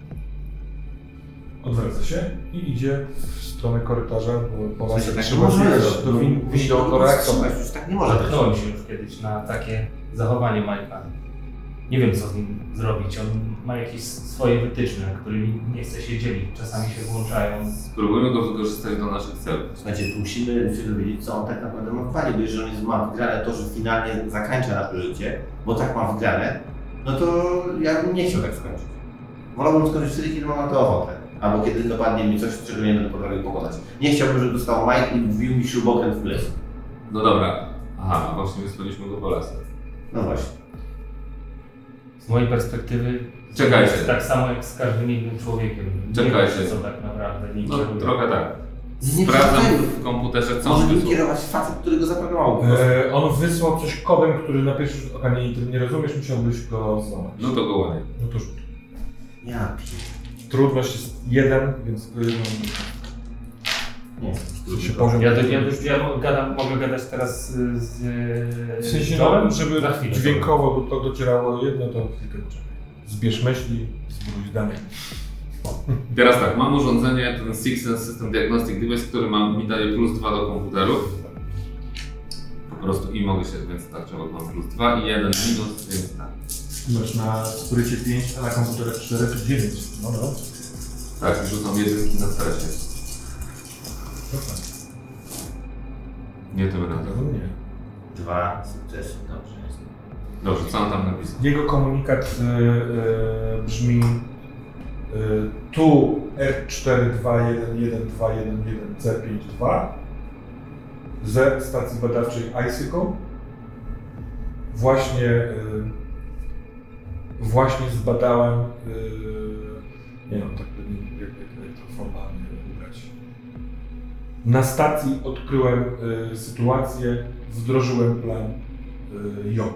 Odwraca się i idzie w stronę korytarza, bo po W sensie was tak trzeba nie możemy, zjechać do windą do reaktora. Już tak nie może być. Natknąłem się już kiedyś na takie zachowanie Mike'a. Nie wiem, co z nim zrobić. On ma jakieś swoje wytyczne, którymi nie chce się dzielić. Czasami się włączają. Spróbujmy go wykorzystać do naszych celów. Słuchajcie, musimy się dowiedzieć, co on tak naprawdę ma w planie, bo jeżeli on ma wgrane to, że finalnie zakończa nasze życie, bo tak ma wgrane, no to ja bym nie chciał tak skończyć. Wolałbym skończyć wtedy, kiedy mam na to ochotę. Albo kiedy dopadnie mi coś, czego nie będę potrafił pokonać. Nie chciałbym, żeby dostał Mike i wbił mi śrubokręt w plecy. No dobra. Aha, właśnie wysłaliśmy go po lasach. No właśnie. Z mojej perspektywy Czekajcie. jest tak samo jak z każdym innym człowiekiem. Czekajcie. Nie wiem, co tak naprawdę nikt No nie lubi. trochę tak. sprawdzam w komputerze, co może on nim wysłał. kierować facet, który go zaprogramował. On wysłał coś kodem, który na pierwszy rzut oka nie rozumiesz, musiałbyś go złamać. No to go ładnie. No to rzut. Ja Trudność jest 1, więc nie. się poziom. Mogę gadać teraz z W sensie, Joelem? żeby Za chwilę. dźwiękowo to docierało jedno, to chwilkę poczekaj. Zbierz myśli, zbuduj zdanie. Teraz tak, mam urządzenie, ten Six Sense System Diagnostic Device, który mi daje +2 do komputerów. Po prostu i mogę się, więc tak, trzeba mam +2 i 1 minus, więc tak. Masz na sprycie 5, a na komputerze 4 to 9. No. Tak, rzucam jedynki na stresie. Nie tym razem. Nie. 2 sukcesy, dobrze jest. Dobrze, co on tam napisał? Jego komunikat brzmi tu R42111211C52 ze stacji badawczej Icicle. Właśnie zbadałem, nie wiem, tak jak to formalnie ubrać. Na stacji odkryłem sytuację, wdrożyłem plan J.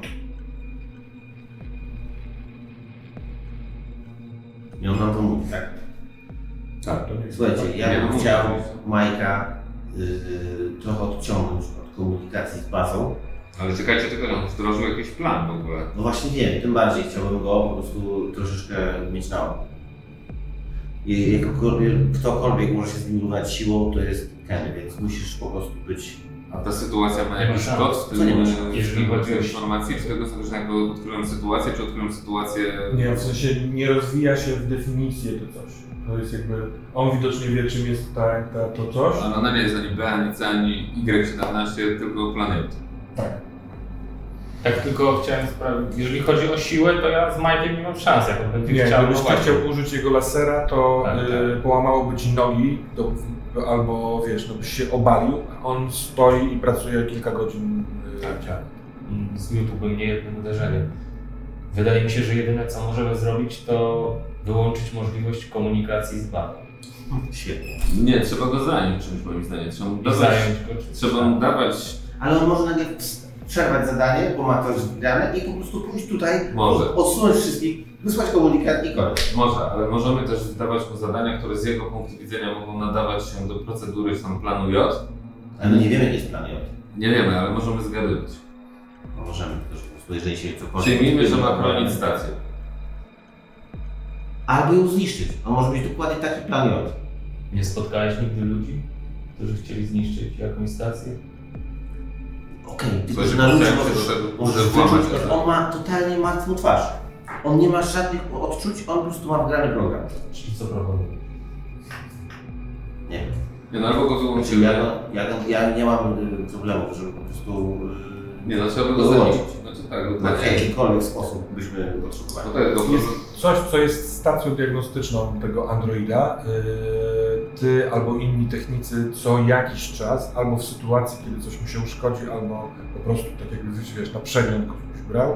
I on nam to mówi, tak? Tak, to nie jest. Słuchajcie, ja Nie, bym no chciał mówię. Majka trochę odciągnąć od komunikacji z bazą. Ale czekajcie, tylko on wdrożył jakiś plan w ogóle. No właśnie wiem, tym bardziej chciałbym go po prostu troszeczkę mieć na oku. I ktokolwiek może się z nim równać siłą, to jest Kenny, więc musisz po prostu być... A ta sytuacja ma Nie jakiś ma kod w Co tym, nie ma? jeżeli chodzi o informacje, czy tego są, że jakby odkryłem sytuację, czy odkryłem sytuację... Nie, w sensie nie rozwija się w definicję to coś. To jest jakby, on widocznie wie czym jest to coś. Ale ona nie jest ani B, ani C, ani Y17, tylko planet. Tak. Tak tylko chciałem sprawdzić, jeżeli chodzi o siłę, to ja z Mike'iem nie mam szans, jak on będzie Nie, chciał. gdybyś no ty właśnie. chciał użyć jego lasera, to Tak, tak. połamałoby ci nogi, albo wiesz, no byś się obalił, a on stoi i pracuje kilka godzin. Tak. I zmiótłby mnie jednym uderzeniem. Wydaje mi się, że jedyne co możemy zrobić, to wyłączyć możliwość komunikacji z bazą. Świetnie. Nie, trzeba go zająć czymś moim zdaniem. Trzeba mu I dawać, zająć go. trzeba mu dawać Ale on może nagle przerwać zadanie, bo ma to już wygrane i po prostu pójść tutaj, Może. odsunąć wszystkich, wysłać komunikat i koniec. Może, ale możemy też dawać mu zadania, które z jego punktu widzenia mogą nadawać się do procedury tam planu J. Ale my nie wiemy, jaki jest plan J. Nie wiemy, ale możemy zgadywać. No możemy też po prostu, jeżeli się cokolwiek... Przyjmijmy, że ma chronić stację. Albo ją zniszczyć. On może mieć dokładnie taki plan J. Nie spotkałeś nigdy ludzi, którzy chcieli zniszczyć jakąś stację? Okej, tylko Słuchaj, że na ludzi chciałem się do tego możesz włamać, wyczuć, ale- on ma totalnie martwą twarz. On nie ma żadnych odczuć, on po prostu ma wgrany program. Czyli co proponuję? Nie wiem. Nie, no albo go Czyli wyłączymy. ja nie mam problemu, żeby po prostu Nie, no trzeba by go wyłączyć. zaliczyć. Znaczy tak, Na dokładnie. jakikolwiek sposób byśmy potrzebowali. No tak, Jest coś, co jest stacją diagnostyczną tego Androida. Ty albo inni technicy co jakiś czas, albo w sytuacji, kiedy coś mu się uszkodzi, albo po prostu tak jakby wiesz, na przegląd ktoś brał,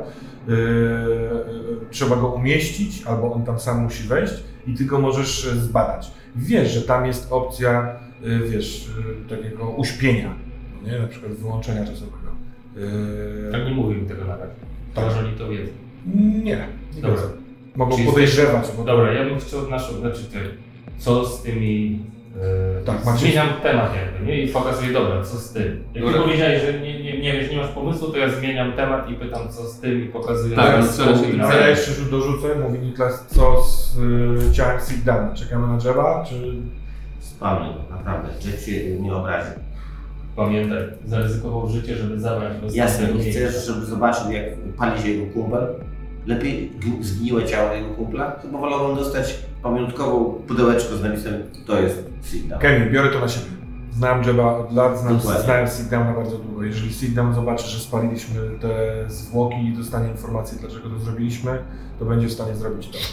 trzeba go umieścić, albo on tam sam musi wejść i ty go możesz zbadać. Wiesz, że tam jest opcja, wiesz, takiego uśpienia, no nie? Na przykład wyłączenia czasowego. Tak nie mówił mi tego na razie. Tak. Może oni to wiedzą. Nie Dobra. wiedzą. Mogą Czyli podejrzewać. Bo Dobra, ja bym chciał znaczy ty, co z tymi... Tak, macie- zmieniam temat jakby, nie? I pokazuję, dobra, co z tym. Jak ty Dobra. powiedziałeś, że nie masz pomysłu, to ja zmieniam temat i pytam, co z tym i pokazuję... Tak, na no stół trzeba się i tym na- A ja jeszcze rzut dorzucę, mówi Niklas, co z ciałem Sigdana. Czekamy na drzewa, czy... Spalmy go, naprawdę. Jeff się nie obrazi. Pamiętaj, zaryzykował życie, żeby zabrać go z Jasne, tamtego nie chcesz, miejsca. żeby zobaczył, jak pali się jego kumpel. Lepiej zgniłe ciało jego kumpla. Chyba wolałbym dostać pamiątkową pudełeczko z napisem to jest Sigdown. Kenny, biorę to na siebie. Znam Jeba od lat, Dokładnie. znałem Sigdowna bardzo długo. Jeżeli Sigdown zobaczy, że spaliliśmy te zwłoki i dostanie informację, dlaczego to zrobiliśmy, to będzie w stanie zrobić to.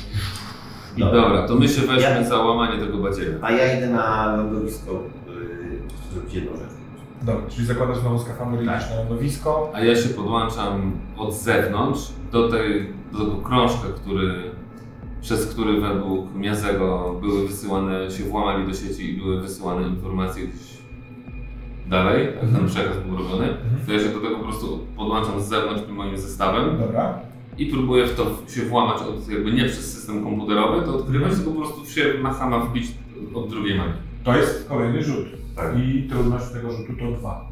I dobra, to my się weźmy Ja- za łamanie tego badzieja. A ja idę na lądowisko zrobić jedną rzecz. Dobra, czyli zakładasz znowu skafander i Tak. idziesz na lądowisko. A ja się podłączam od zewnątrz do tego krążka, który przez który według Miazego się włamali do sieci i były wysyłane informacje gdzieś dalej, jak ten przekaz był robiony, to ja się do tego po prostu podłączam z zewnątrz tym moim zestawem. Dobra. I próbuję w to się włamać jakby nie przez system komputerowy, to odkrywać, tylko po prostu się na chama wbić od drugiej magii. To jest kolejny rzut. Tak. I trudność tego rzutu to 2.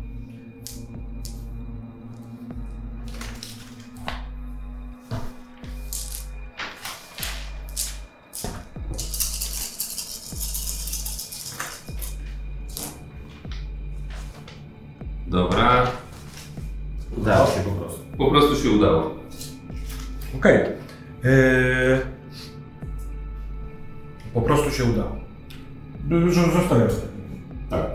Dobra, Udało się po prostu. po prostu się udało. Okej. Po prostu się udało. Zostawiam to. Tak.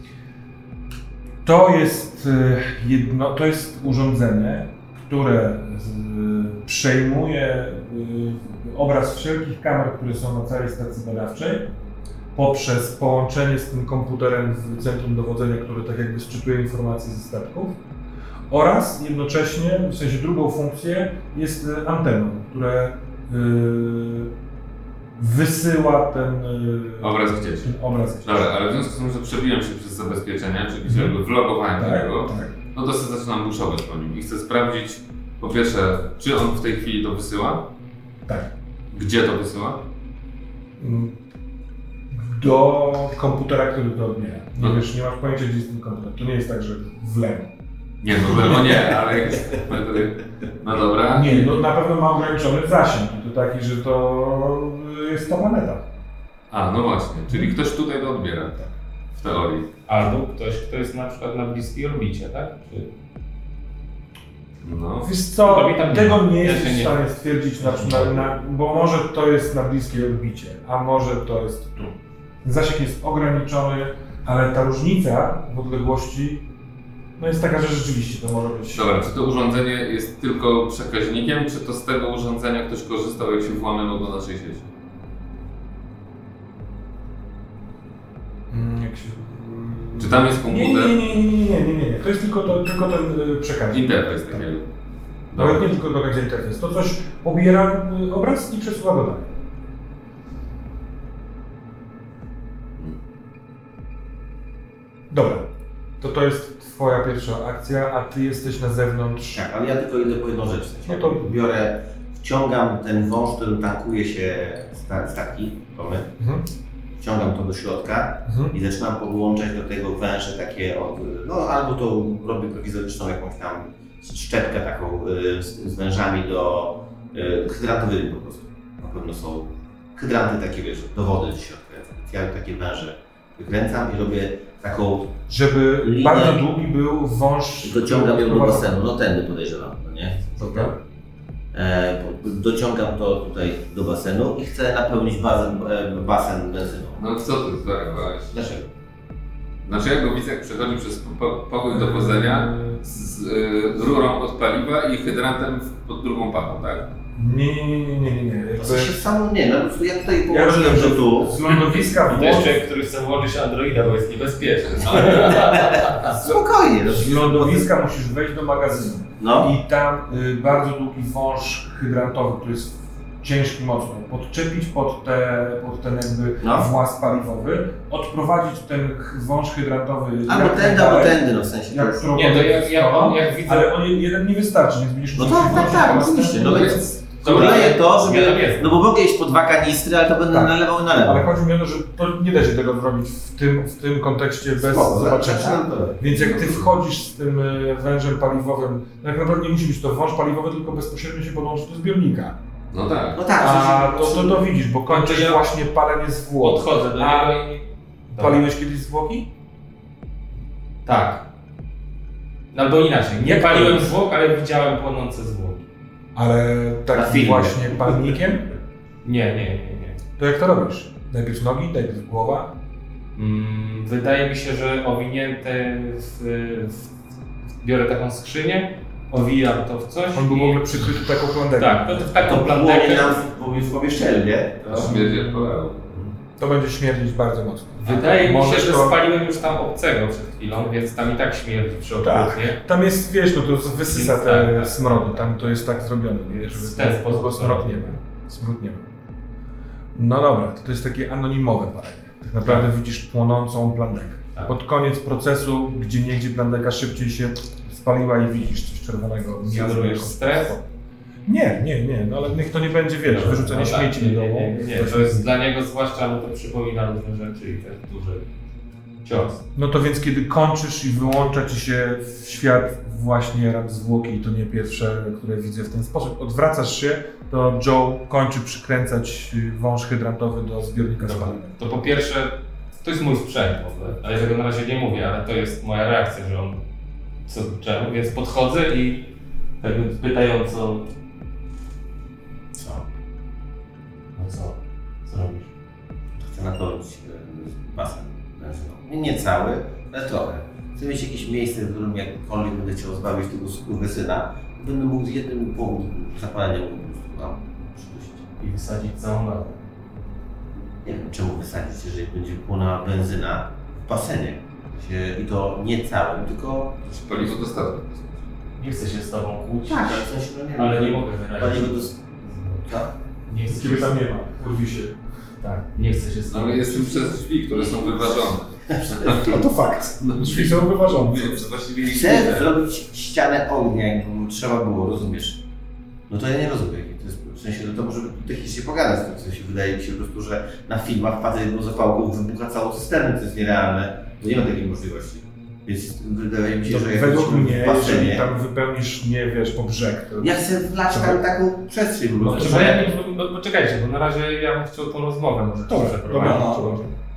To jest urządzenie, które przejmuje obraz wszelkich kamer, które są na całej stacji badawczej, poprzez połączenie z tym komputerem w centrum dowodzenia, które tak jakby sczytuje informacje ze statków, oraz jednocześnie, w sensie drugą funkcję, jest anteną, która wysyła ten Obraz gdzieś. ten obraz gdzieś. Dobra, ale w związku z tym, że przebiłem się przez zabezpieczenia, czyli jakby vlogowałem tego, no to sobie zaczynam buszować po nim i chcę sprawdzić, po pierwsze, czy on w tej chwili to wysyła, Tak. gdzie to wysyła. Do komputera, który to odbiera. Nie No. wiesz, nie masz pojęcia, gdzie jest ten komputer. To nie jest tak, że w lewo. Nie, no w lewo nie, ale jakieś metry. No dobra. Nie, no na pewno ma ograniczony zasięg. I to taki, że to jest ta planeta. A, no właśnie, czyli ktoś tutaj to odbiera, w teorii. Albo ktoś, kto jest na przykład na bliskiej orbicie, tak? Czy... No. Wiesz co, To mi tam nie tego ma. nie Ja jesteś się w nie- stanie stwierdzić, bo może to jest na bliskiej orbicie, a może to jest tu. Zasięg jest ograniczony, ale ta różnica w odległości no jest taka, że rzeczywiście to może być... Dobra, czy to urządzenie jest tylko przekaźnikiem, czy to z tego urządzenia ktoś korzystał, jak się włamywał do naszej sieci? Jak się... Czy tam jest komputer? Nie. To jest tylko ten przekaźnik. Interfejs takiego. Nawet Dobra. nie tylko do interfejs. To coś pobiera obraz i przesuwa go dalej. Dobra. To jest twoja pierwsza akcja, a ty jesteś na zewnątrz. Tak, ale ja tylko idę po jedną rzecz. W sensie, No to- wciągam ten wąż, którym tankuje się statki, tomy, wciągam to do środka i zaczynam podłączać do tego węże takie, no albo to robię prowizoryczną jakąś tam szczepkę taką z wężami hydrantowymi po prostu. Na pewno są hydranty takie, wiesz, do wody się odkręcam. Ja takie węże wykręcam i robię taką, Żeby Linię. bardzo długi był wąż. dociągam ją do prowadzony. basenu, no tędy podejrzewam, no nie? Dobra. Dociągam to tutaj do basenu i chcę napełnić basen benzyną. No co ty zareagowałeś? Dlaczego? Znaczy ja go widzę, jak przechodzi przez pokój dowodzenia z rurą od paliwa i hydrantem pod drugą pachą, tak? Nie. To się samo nie, no po prostu ja tutaj Ja położyłem, że tu. z lądowiska I w też Łodzi, człowiek, który chce włączyć Androida, bo jest niebezpieczny. Spokojnie. z lądowiska musisz wejść do magazynu. No. I tam bardzo długi wąż hydrantowy, który jest ciężki mocno, podczepić pod ten jakby No. włas paliwowy, odprowadzić ten wąż hydrantowy Albo jak tędy, najdalej, albo tędy, no w sensie. jak którą Nie, to stroną, jak widzę... ale on jeden nie wystarczy, więc będziesz No musiał tak, włożyć tak, po oczywiście. No następny. więc Dobra, leję to, ja tam żeby. jestem. No bo mogę iść po 2 kanistry, ale to będę Tak. nalewał i nalewał. Ale chodzi mi o to, że to nie da się tego zrobić w tym kontekście bez Spoko, zobaczenia. zaczynam to. Więc jak ty wchodzisz z tym wężem paliwowym, tak naprawdę nie musi być to wąż paliwowy, tylko bezpośrednio się podłączy do zbiornika. No tak. No tak, A że to widzisz, bo kończysz To ja właśnie palenie zwłok. Podchodzę do A niego i... paliłeś kiedyś zwłoki? Tak. Albo inaczej, nie Jak paliłem to? zwłok, ale widziałem płonące zwłoki. Ale Na takim filmie. właśnie palnikiem? Nie. To jak to robisz? Najpierw nogi, najpierw głowa? Wydaje mi się, że owinięte biorę taką skrzynię, owijam to w coś On był w i... ogóle przykryty taką plandeką. Tak, to w taką to płonie plandekę. nam w pomieszczeniu, nie? Śmierdzi jak cholera. To będzie śmierdzić bardzo mocno. Wydaje mi się, Możesz że to- spaliłem już tam obcego przed chwilą, więc tam i tak śmierdzi przy Tak. okazji. Tam jest, wiesz, no to wysysa Więc te tak. smrody, tam to jest tak zrobione, nie? W Żeby ten sposób bo to smród robię. nie ma. Smród nie ma. No dobra, to jest takie anonimowe palenie. Tak naprawdę widzisz płonącą plandekę. Tak. Pod koniec procesu, gdzieniegdzie plandeka szybciej się spaliła i widzisz coś czerwonego. Sugerujesz stres? Nie, no ale niech to nie będzie, wiesz, wyrzucenie śmieci do domu. Nie, to jest dla niego zwłaszcza, mu to przypomina różne rzeczy i ten duży cios. No to więc kiedy kończysz i wyłącza ci się w świat właśnie ram zwłoki, to nie pierwsze, które widzę w ten sposób, odwracasz się, to Joe kończy przykręcać wąż hydrantowy do zbiornika spalania. To po pierwsze, to jest mój sprzęt w ogóle, ale ja tego na razie nie mówię, ale to jest moja reakcja, że on czemu, więc podchodzę i tak pytająco... Co? No co? Co robisz? Chcę napełnić basen benzyną. Nie cały, ale trochę. Chcę mieć jakieś miejsce, w którym jakkolwiek będę chciał zbawić tego skurwysyna, będę mógł z jednym zapaleniem po prostu tam przypuścić. I wysadzić całą bazę. Nie wiem czemu wysadzić, jeżeli będzie płonęła benzyna w basenie. I to nie całym, tylko... Paliwo dostatnie. Nie chcę się z tobą kłócić, Tak, ale w sensie, no nie wiem. ale nie mogę wyrazić. Paliwo co? Nie chcę Ciebie tam nie ma, kurwi się. Tak, nie chcę się z tobą Ale jestem przez drzwi, które są wyważone. No to fakt. Drzwi są wyważone. Więc właściwie nie Chcę widzę. zrobić ścianę ognia, jakby trzeba było, rozumiesz? No to ja nie rozumiem, jakie to jest, w sensie, no to może technicznie pogadać, w sensie wydaje mi się po prostu, że na filmach facet jedną zapałką wybucha całą cysternę, to jest nierealne, to nie ma takiej możliwości. Więc wydaje mi się, że jak Według jesteśmy mnie, w basenie, jeżeli tam wypełnisz, nie wiesz, po brzeg, to... ja chcę wlać tam taką przestrzeń po No prostu. to Poczekajcie, bo na razie ja bym chciał tą rozmowę może Dobra, przeprowadzić. no.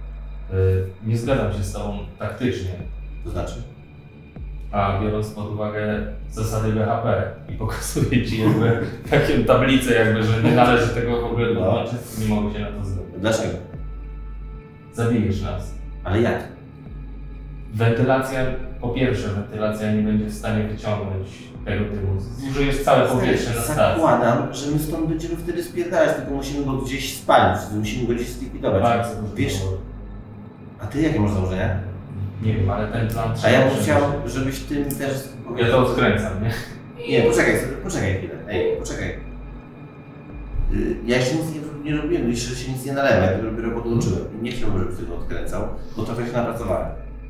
Nie zgadzam się z tobą taktycznie, To znaczy? a biorąc pod uwagę zasady BHP i pokazuję ci jakby taką tablicę jakby, że nie należy tego w ogóle dołączyć, nie mogę się na to zgodzić. Dlaczego? Zabijesz nas. Ale jak? Wentylacja, po pierwsze wentylacja nie będzie w stanie wyciągnąć tego dymu. Zużyjesz całe powietrze na stacji. Zakładam, że my stąd będziemy wtedy spierdalać, tylko musimy go gdzieś spalić, musimy go gdzieś zlikwidować. Bardzo dużo. Wiesz, a ty jakie masz założenia? Nie wiem, ale ten plan A trzeba ja bym przemyśleć. chciał, żebyś ty też... Ja to odkręcam, nie? Nie, poczekaj chwilę. Ej, poczekaj. Ja jeszcze nic nie robiłem, jeszcze się nic nie nalewa, ja dopiero podłączyłem. Nie chciałbym, żebyś tego odkręcał, bo trochę się napracowałem.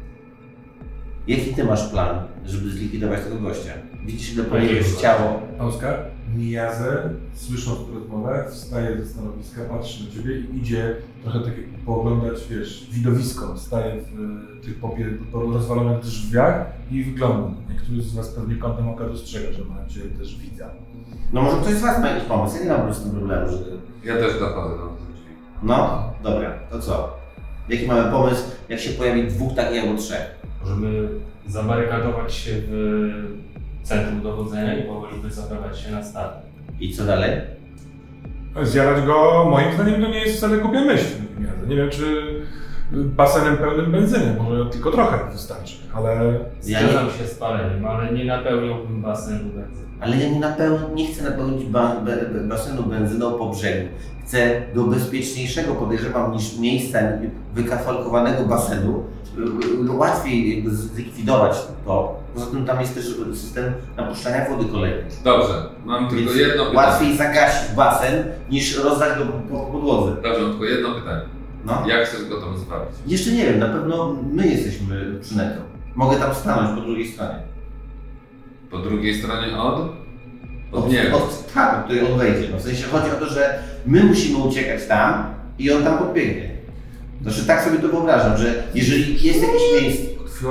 Jaki ty masz plan, żeby zlikwidować tego gościa? Widzisz, ile pojedziesz ciało? Oskar, Mijaze, słysząc tę rozmowę, wstaje ze stanowiska, patrzy na ciebie i idzie trochę tak jak pooglądać, wiesz, widowisko. Staje w tych rozwalonych drzwiach i wygląda. Niektórzy z was pewnie kątem oka dostrzega, że macie też widza. No może ktoś z was ma jakiś pomysł, ja nie mam po prostu problemu, że... Ja też dochodzę do tych drzwi. No, dobra, to co? Jaki mamy pomysł, jak się pojawi dwóch takich albo trzech? Możemy zabarykadować się w centrum dowodzenia i powoli wycofywać się na start. I co dalej? Zjarać go, moim zdaniem, to nie jest wcale głupia myśl. Nie wiem, czy basenem pełnym benzyny, może tylko trochę wystarczy, ale... Zgadzam się z paleniem, ale nie napełniłbym basenu benzyny. Ale ja nie chcę napełnić basenu benzyną po brzegu. Chcę do bezpieczniejszego, podejrzewam, niż miejsca wykafalkowanego basenu. Łatwiej jakby zlikwidować to. Poza tym tam jest też system napuszczania wody kolejnej. Dobrze, mam tylko Więc jedno pytanie. łatwiej zagasić basen niż rozdać go po podłodze. Dobrze, mam tylko jedno pytanie. No. Jak chcesz go tam zbawić? Jeszcze nie wiem, na pewno my jesteśmy przynętą. Mogę tam stanąć po drugiej stronie. Po drugiej stronie od niego. Tak, od której on wejdzie. No, w sensie chodzi o to, że my musimy uciekać tam i on tam podbiegnie. Znaczy tak sobie to wyobrażam, że jeżeli jest jakieś miejsce...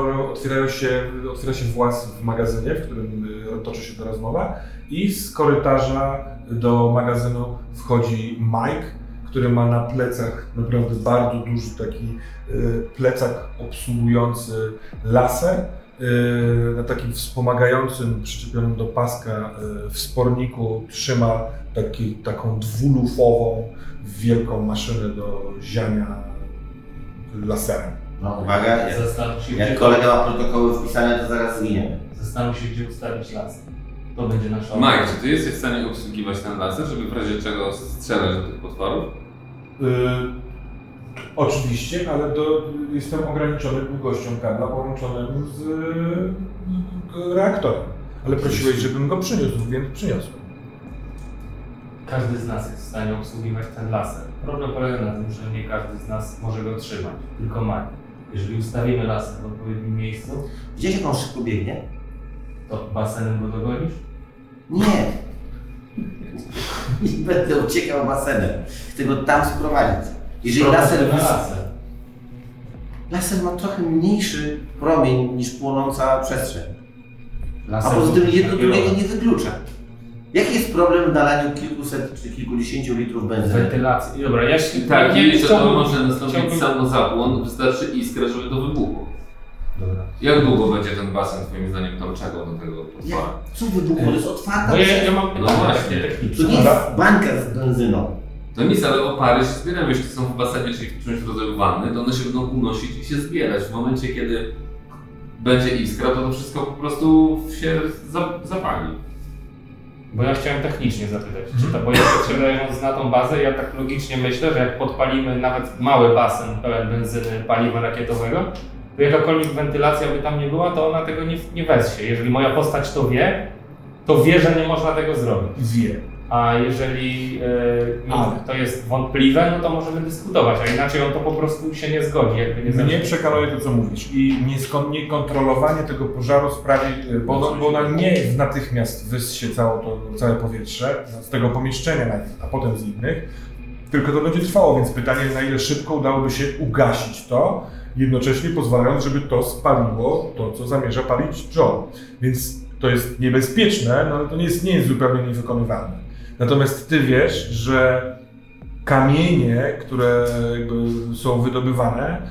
Otwiera się włas w magazynie, w którym toczy się ta rozmowa i z korytarza do magazynu wchodzi Mike, który ma na plecach naprawdę bardzo duży taki plecak obsługujący laser. Na takim wspomagającym, przyczepionym do paska wsporniku trzyma taką dwulufową, wielką maszynę do ziania laserem. No uwaga, Zastanów się, jak gdzie, kolega ma protokoły wpisane, to zaraz zginiemy. zastanów się, gdzie ustawić laser. To będzie nasza Mike, czy ty jesteś w stanie obsługiwać ten laser, żeby w razie czego strzelać do tych potworów? Oczywiście, ale jestem ograniczony długością kabla połączonym z reaktorem. Ale prosiłeś, żebym go przyniósł, więc przyniosłem. każdy z nas jest w stanie obsługiwać ten laser. Problem polega na tym, że nie każdy z nas może go trzymać, tylko Mike. Jeżeli ustawimy laser w odpowiednim miejscu, Widziałeś, jak on szybko biegnie? to basenem go dogonisz? Nie. Nie będę uciekał basenem. Chcę go tam sprowadzić. Jeżeli laser ma trochę mniejszy promień niż płonąca przestrzeń. A poza tym jedno drugiego nie wyklucza. Jaki jest problem w nalaniu kilkuset czy kilkudziesięciu litrów benzyny? Wentylacji. Dobra, ja się... Tak, nie i że to chciałbym- może nastąpić chciałbym- samozapłon, wystarczy iskra, żeby to wybuchło. Dobra. Jak długo będzie ten basen twoim zdaniem tam czekał do tego potwora? Co wybuchło? To jest otwarta No przestrzeń. ja mam pytanie właśnie. takie To techniczne. nie jest bańka z benzyną. No nic, ale opary się zbierają, jeśli są w basenie, czyli w czymś rodzaju wanny, to one się będą unosić i się zbierać. W momencie, kiedy będzie iskra, to wszystko po prostu się zapali. Bo ja chciałem technicznie zapytać, czy ta bojówka sprzedając na tą bazę, ja tak logicznie myślę, że jak podpalimy nawet mały basen pełen benzyny, paliwa rakietowego, to jakakolwiek wentylacja by tam nie była, to ona tego nie wezsie. Jeżeli moja postać to wie, że nie można tego zrobić. Wie. A jeżeli to jest wątpliwe, no to możemy dyskutować, a inaczej on to po prostu się nie zgodzi. Jakby nie Mnie przekonuje to, co mówisz. I niekontrolowanie tego pożaru sprawi, bo ona nie natychmiast wyssie całe powietrze z tego pomieszczenia najpierw, a potem z innych, tylko to będzie trwało, więc pytanie, na ile szybko udałoby się ugasić to, jednocześnie pozwalając, żeby to spaliło to, co zamierza palić John. Więc to jest niebezpieczne, no ale to nie jest zupełnie niewykonywalne. Natomiast ty wiesz, że kamienie, które jakby są wydobywane,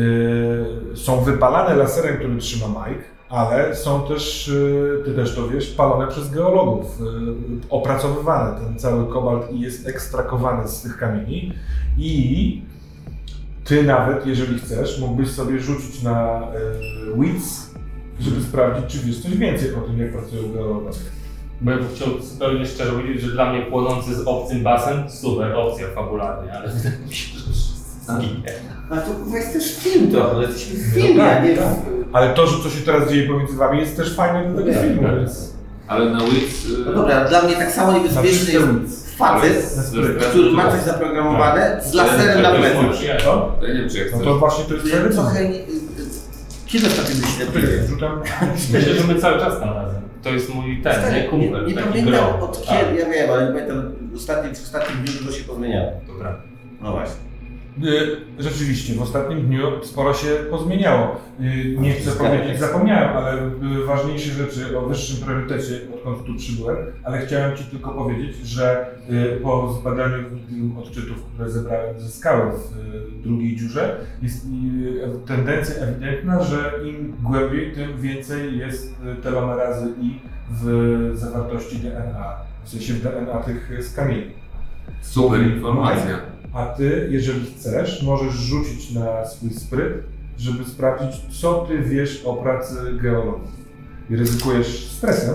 są wypalane laserem, który trzyma Mike, ale są też, ty też to wiesz, palone przez geologów, opracowywane ten cały kobalt i jest ekstrakowany z tych kamieni i ty nawet, jeżeli chcesz, mógłbyś sobie rzucić na WITS, żeby sprawdzić, czy wiesz coś więcej o tym, jak pracują geologowie. Bo ja bym chciał zupełnie szczerze powiedzieć, że dla mnie płonący z obcym basen, super opcja fabularnie, ale wydaje mi się, że zginie. Ale to jest też film trochę, ale jesteśmy w filmie, No tak, a nie tak. Ale to, że co się teraz dzieje pomiędzy wami, jest też fajne do tego Tak, filmu, tak. więc... Ale na WIC... No dobra, dla mnie tak samo niebezpieczny jest facet, który ma coś zaprogramowane z laserem na plecach. Co? Ja nie wiem, czy ja chcę. No to właśnie to jest Ja trochę nie... Kiedy ostatnio byliście na filmie? Rzutem... Myślę, że my cały czas tam razem. To jest mój nie kumpel, Nie taki pamiętam gro. od kiedy, ja wiem, ale nie pamiętam, w ostatnim dniu dużo się pozmieniało. Dobra. No właśnie. Rzeczywiście, w ostatnim dniu sporo się pozmieniało. Nie chcę powiedzieć, zapomniałem, ale były ważniejsze rzeczy o wyższym priorytecie, odkąd tu przybyłem, ale chciałem Ci tylko powiedzieć, że po zbadaniu odczytów, które zyskałem w drugiej dziurze, jest tendencja ewidentna, że im głębiej, tym więcej jest telomerazy I w zawartości DNA, w sensie w DNA tych z kamieni. Super informacja. A ty, jeżeli chcesz, możesz rzucić na swój spryt, żeby sprawdzić, co ty wiesz o pracy geologów. I ryzykujesz stresem.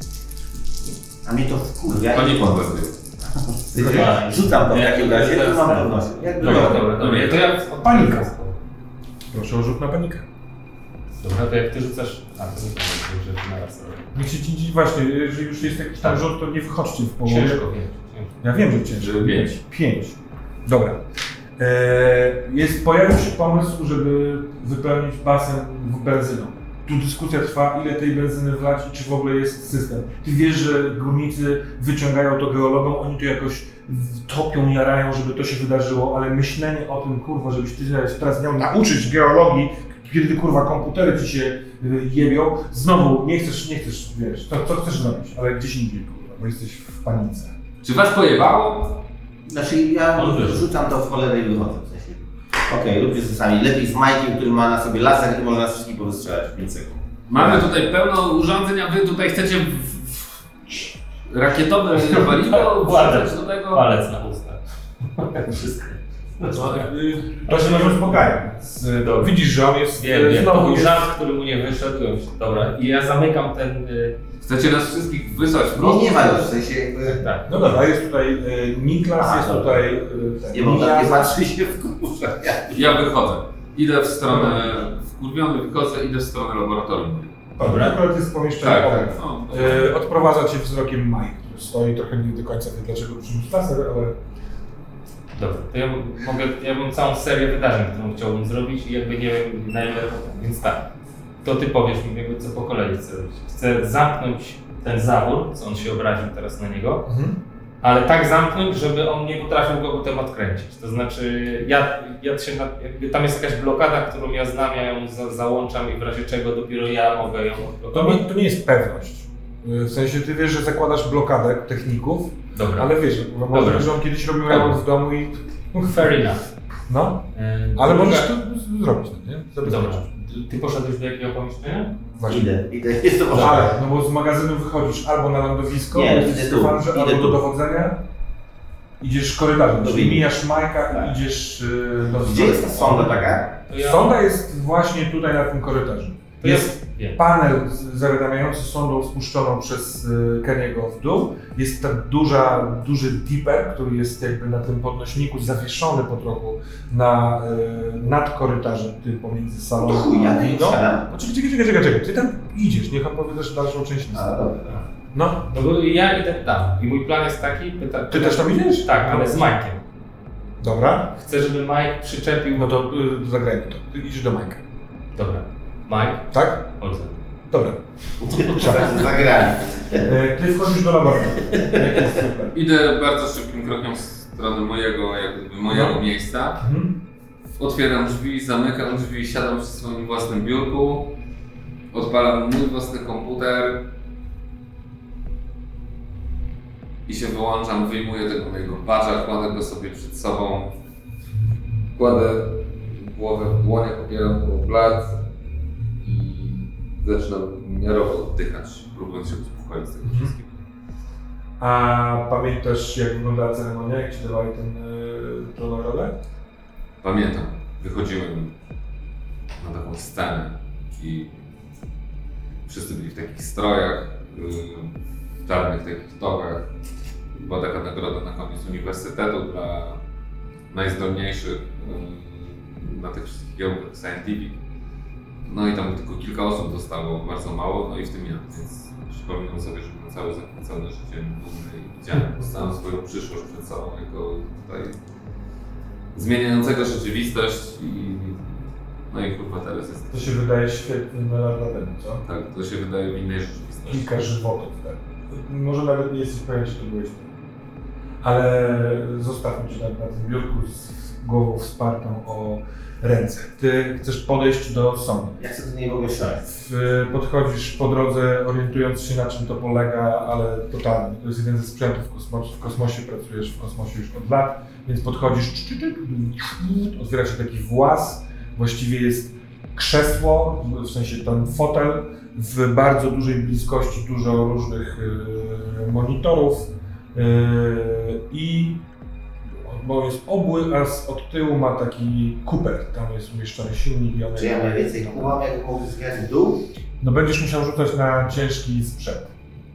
A mnie to wkurwia. To nie pomysł. Rzucam to w takim razie, to mam pewność. Dobra. To ja Panika. Proszę o rzut na panikę. Dobra, to jak ty rzucasz... A, to nie powiem, że ty naraz robię. Niech się ci właśnie, jeżeli już jest jakiś tam rzut, to nie wychodźcie w połowie. Ciężko, wiem. Ja wiem, że ciężko. Żeby 5. 5. Dobra. Pojawił się pomysł, żeby wypełnić basen benzyną. Tu dyskusja trwa, ile tej benzyny wlać i czy w ogóle jest system. Ty wiesz, że górnicy wyciągają to geologom, oni to jakoś topią, jarają, żeby to się wydarzyło, ale myślenie o tym, kurwa, żebyś ty teraz miał nauczyć geologii, kiedy kurwa komputery ci się jebią, znowu nie chcesz, wiesz, co chcesz zrobić, ale gdzieś indziej, kurwa, bo jesteś w panice. Czy was pojebało? Znaczy ja rzucam to w cholerę i wychodzę. W sensie. Okej, róbcie to sami. Lepiej z Majkiem, który ma na sobie laser i może nas wszystkich powystrzelać w 5 sekund. Mamy tutaj pełno urządzeń, a wy tutaj chcecie rakietowe paliwo wrzucać do tego? Palec na usta. Wszystko. To się może uspokaja. Widzisz, że on jest Wiem, to znowu był jest... żart, który mu nie wyszedł. Dobra, i ja zamykam ten... Chcecie nas wszystkich wysłać w Nie ma już, w sensie jakby... Tak. No dobra, jest tutaj Niklas, jest dobra. tutaj Nie można, nie patrzy się w kurze. Ja wychodzę. Idę w stronę, wkurwiony wychodzę, idę w stronę laboratorium. Dobra, akurat jest pomieszczenie Tak, obok. tak. No, Odprowadza cię wzrokiem Mike, który stoi, trochę nie do końca wie dlaczego przyniósł laser, ale... Dobra, to ja mam całą serię wydarzeń, którą chciałbym zrobić i jakby nie wiem na ile potem, więc tak. To ty powiesz mi jakby co po kolei chcę robić. Chcę zamknąć ten zawór, co on się obraził teraz na niego, ale tak zamknąć, żeby on nie potrafił go potem odkręcić. To znaczy jakby tam jest jakaś blokada, którą ja znam, ja ją załączam i w razie czego dopiero ja mogę ją odblokować. To nie jest pewność. W sensie ty wiesz, że zakładasz blokadę techników, Dobra. ale wiesz, może, że on kiedyś robił remont w domu i... Fair enough. No, ale możesz to zrobić, nie? Dobra. Ty poszedłeś do jakiego pomieszczenia? Właśnie. Idę, jest to możliwe. Ale, no bo z magazynu wychodzisz albo na lądowisko, Nie, jesteś idę w tu, Stefanże, idę albo tu. do dowodzenia. Idziesz korytarzem, Do czyli windy. mijasz Majka Tak. i idziesz do... Gdzie jest ta sonda taka? Sonda jest właśnie tutaj na tym korytarzu. To Jest wiem. panel zawiadamiający sondą spuszczoną przez Kenny'ego w dół. Jest tam duży dipper, który jest jakby na tym podnośniku zawieszony po trochu nad korytarzem tym pomiędzy salonem To chuj, ja a nie windą. strzelam. No czekaj, ty tam idziesz, niech opowiadasz dalszą część listy. A, dobra. No, No bo ja idę tam i mój plan jest taki, ty też tam idziesz? Tak, ale z Mike'iem. Dobra, Chcę, żeby Mike przyczepił... no to zagrajmy to. Ty idziesz do Majka. Dobra. Mike, Tak? Olsen. Dobra. Zagrali. Ty wchodzisz do laboratorium. Super. Idę bardzo szybkim krokiem w stronę mojego miejsca. Otwieram drzwi, zamykam drzwi, siadam przy swoim własnym biurku. Odpalam mój własny komputer. I się wyłączam, wyjmuję tego mojego badża, kładę go sobie przed sobą. Kładę głowę w dłoniach, opieram go o blat i zaczynam miarowo oddychać, próbując się uspokoić z tego wszystkiego. A pamiętasz, jak wyglądała ceremonia, jak ci dawali tę nagrodę? Pamiętam, wychodziłem na taką scenę i wszyscy byli w takich strojach, w czarnych takich togach. Była taka nagroda na koniec uniwersytetu dla najzdolniejszych na tych wszystkich kierunkach scientific. No i tam tylko kilka osób dostało, bardzo mało, no i w tym ja, więc przypominam sobie, że na całe zachwycone życiem dumny i widziałem całą swoją przyszłość przed sobą jako tutaj zmieniającego rzeczywistość i no i kurwa teraz jest... To się wydaje świetnym melodramatem, co? Tak, to się wydaje w innej rzeczywistości. Kilka żywotów, tak. Może nawet nie jesteś pewien, czy to byłeś ty. Ale zostawmy cię na tym biurku z głową wspartą o ręce. Ty chcesz podejść do sondy. Ja chcę do niej w ogóle siąść. Podchodzisz po drodze, orientując się na czym to polega, ale totalnie. To jest jeden ze sprzętów w kosmosie, pracujesz w kosmosie już od lat, więc podchodzisz, otwiera się taki włas, właściwie jest krzesło, w sensie ten fotel, w bardzo dużej bliskości dużo różnych monitorów i bo jest obły, a od tyłu ma taki kuper, tam jest umieszczony silnik i one... Czy ja mniej więcej kumam, jak mogę zgrać w dół? No będziesz musiał rzucać na ciężki sprzęt.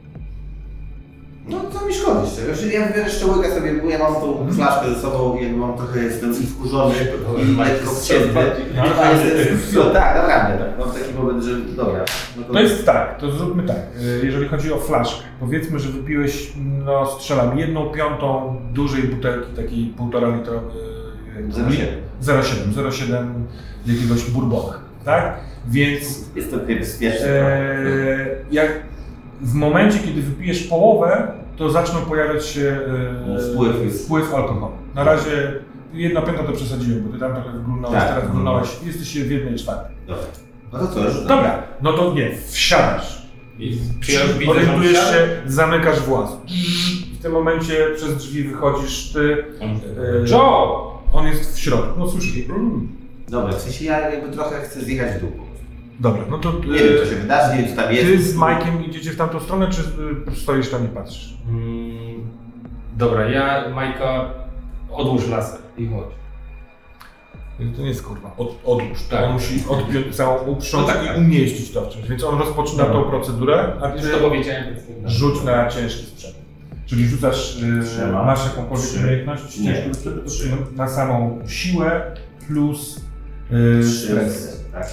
No co mi szkodzi, szczerze. Ja wybieram jeszcze łyka sobie, bo ja mam tą flaszkę ze sobą i mam trochę, jestem i wkurzony i lekko wcięty. No tak, naprawdę tak. Mam taki moment, że dobra. No To jest tak, to zróbmy tak. Jeżeli chodzi o flaszkę, powiedzmy, że wypiłeś, no strzelam, 1/5 dużej butelki, takiej 1,5 litrowej. 0,7 jakiegoś bourbona, tak? Więc Jestem tutaj bezpieczny. jak w momencie, kiedy wypijesz połowę, to zaczną pojawiać się wpływ alkoholu. Na razie 1/5 to przesadziłem, bo ty tam trochę wyglądałeś, Tak. teraz wyglądałeś, jesteś w 1/4. Dobra. No to co, już? Dobra, no to nie, wsiadasz. Czy ja już widzę, że on Orientujesz wsiada? się, zamykasz włas. W tym momencie przez drzwi wychodzisz ty. Joe! On jest w środku, no słyszysz. Dobra, w sensie ja jakby trochę chcę zjechać w dół po prostu. Dobra, no to Nie wiem, co się wydarzy, nie wiem, co tam jest. ty z Majkiem idziecie w tamtą stronę, czy stoisz tam i patrzysz? Dobra, ja Majka odłóż laser i chodź. To nie jest kurwa, odłóż. Tak. On musi odpiąć całą uprząć No tak, i tak. umieścić to w czymś, więc on rozpoczyna tą procedurę, a ty Już to powiedziałem, więc nie rzuć na ciężki sprzęt. Czyli rzucasz, Trzema. masz jakąkolwiek Trzy. umiejętność Nie. ciężkiego sprzętu na samą siłę plus stres. Tak.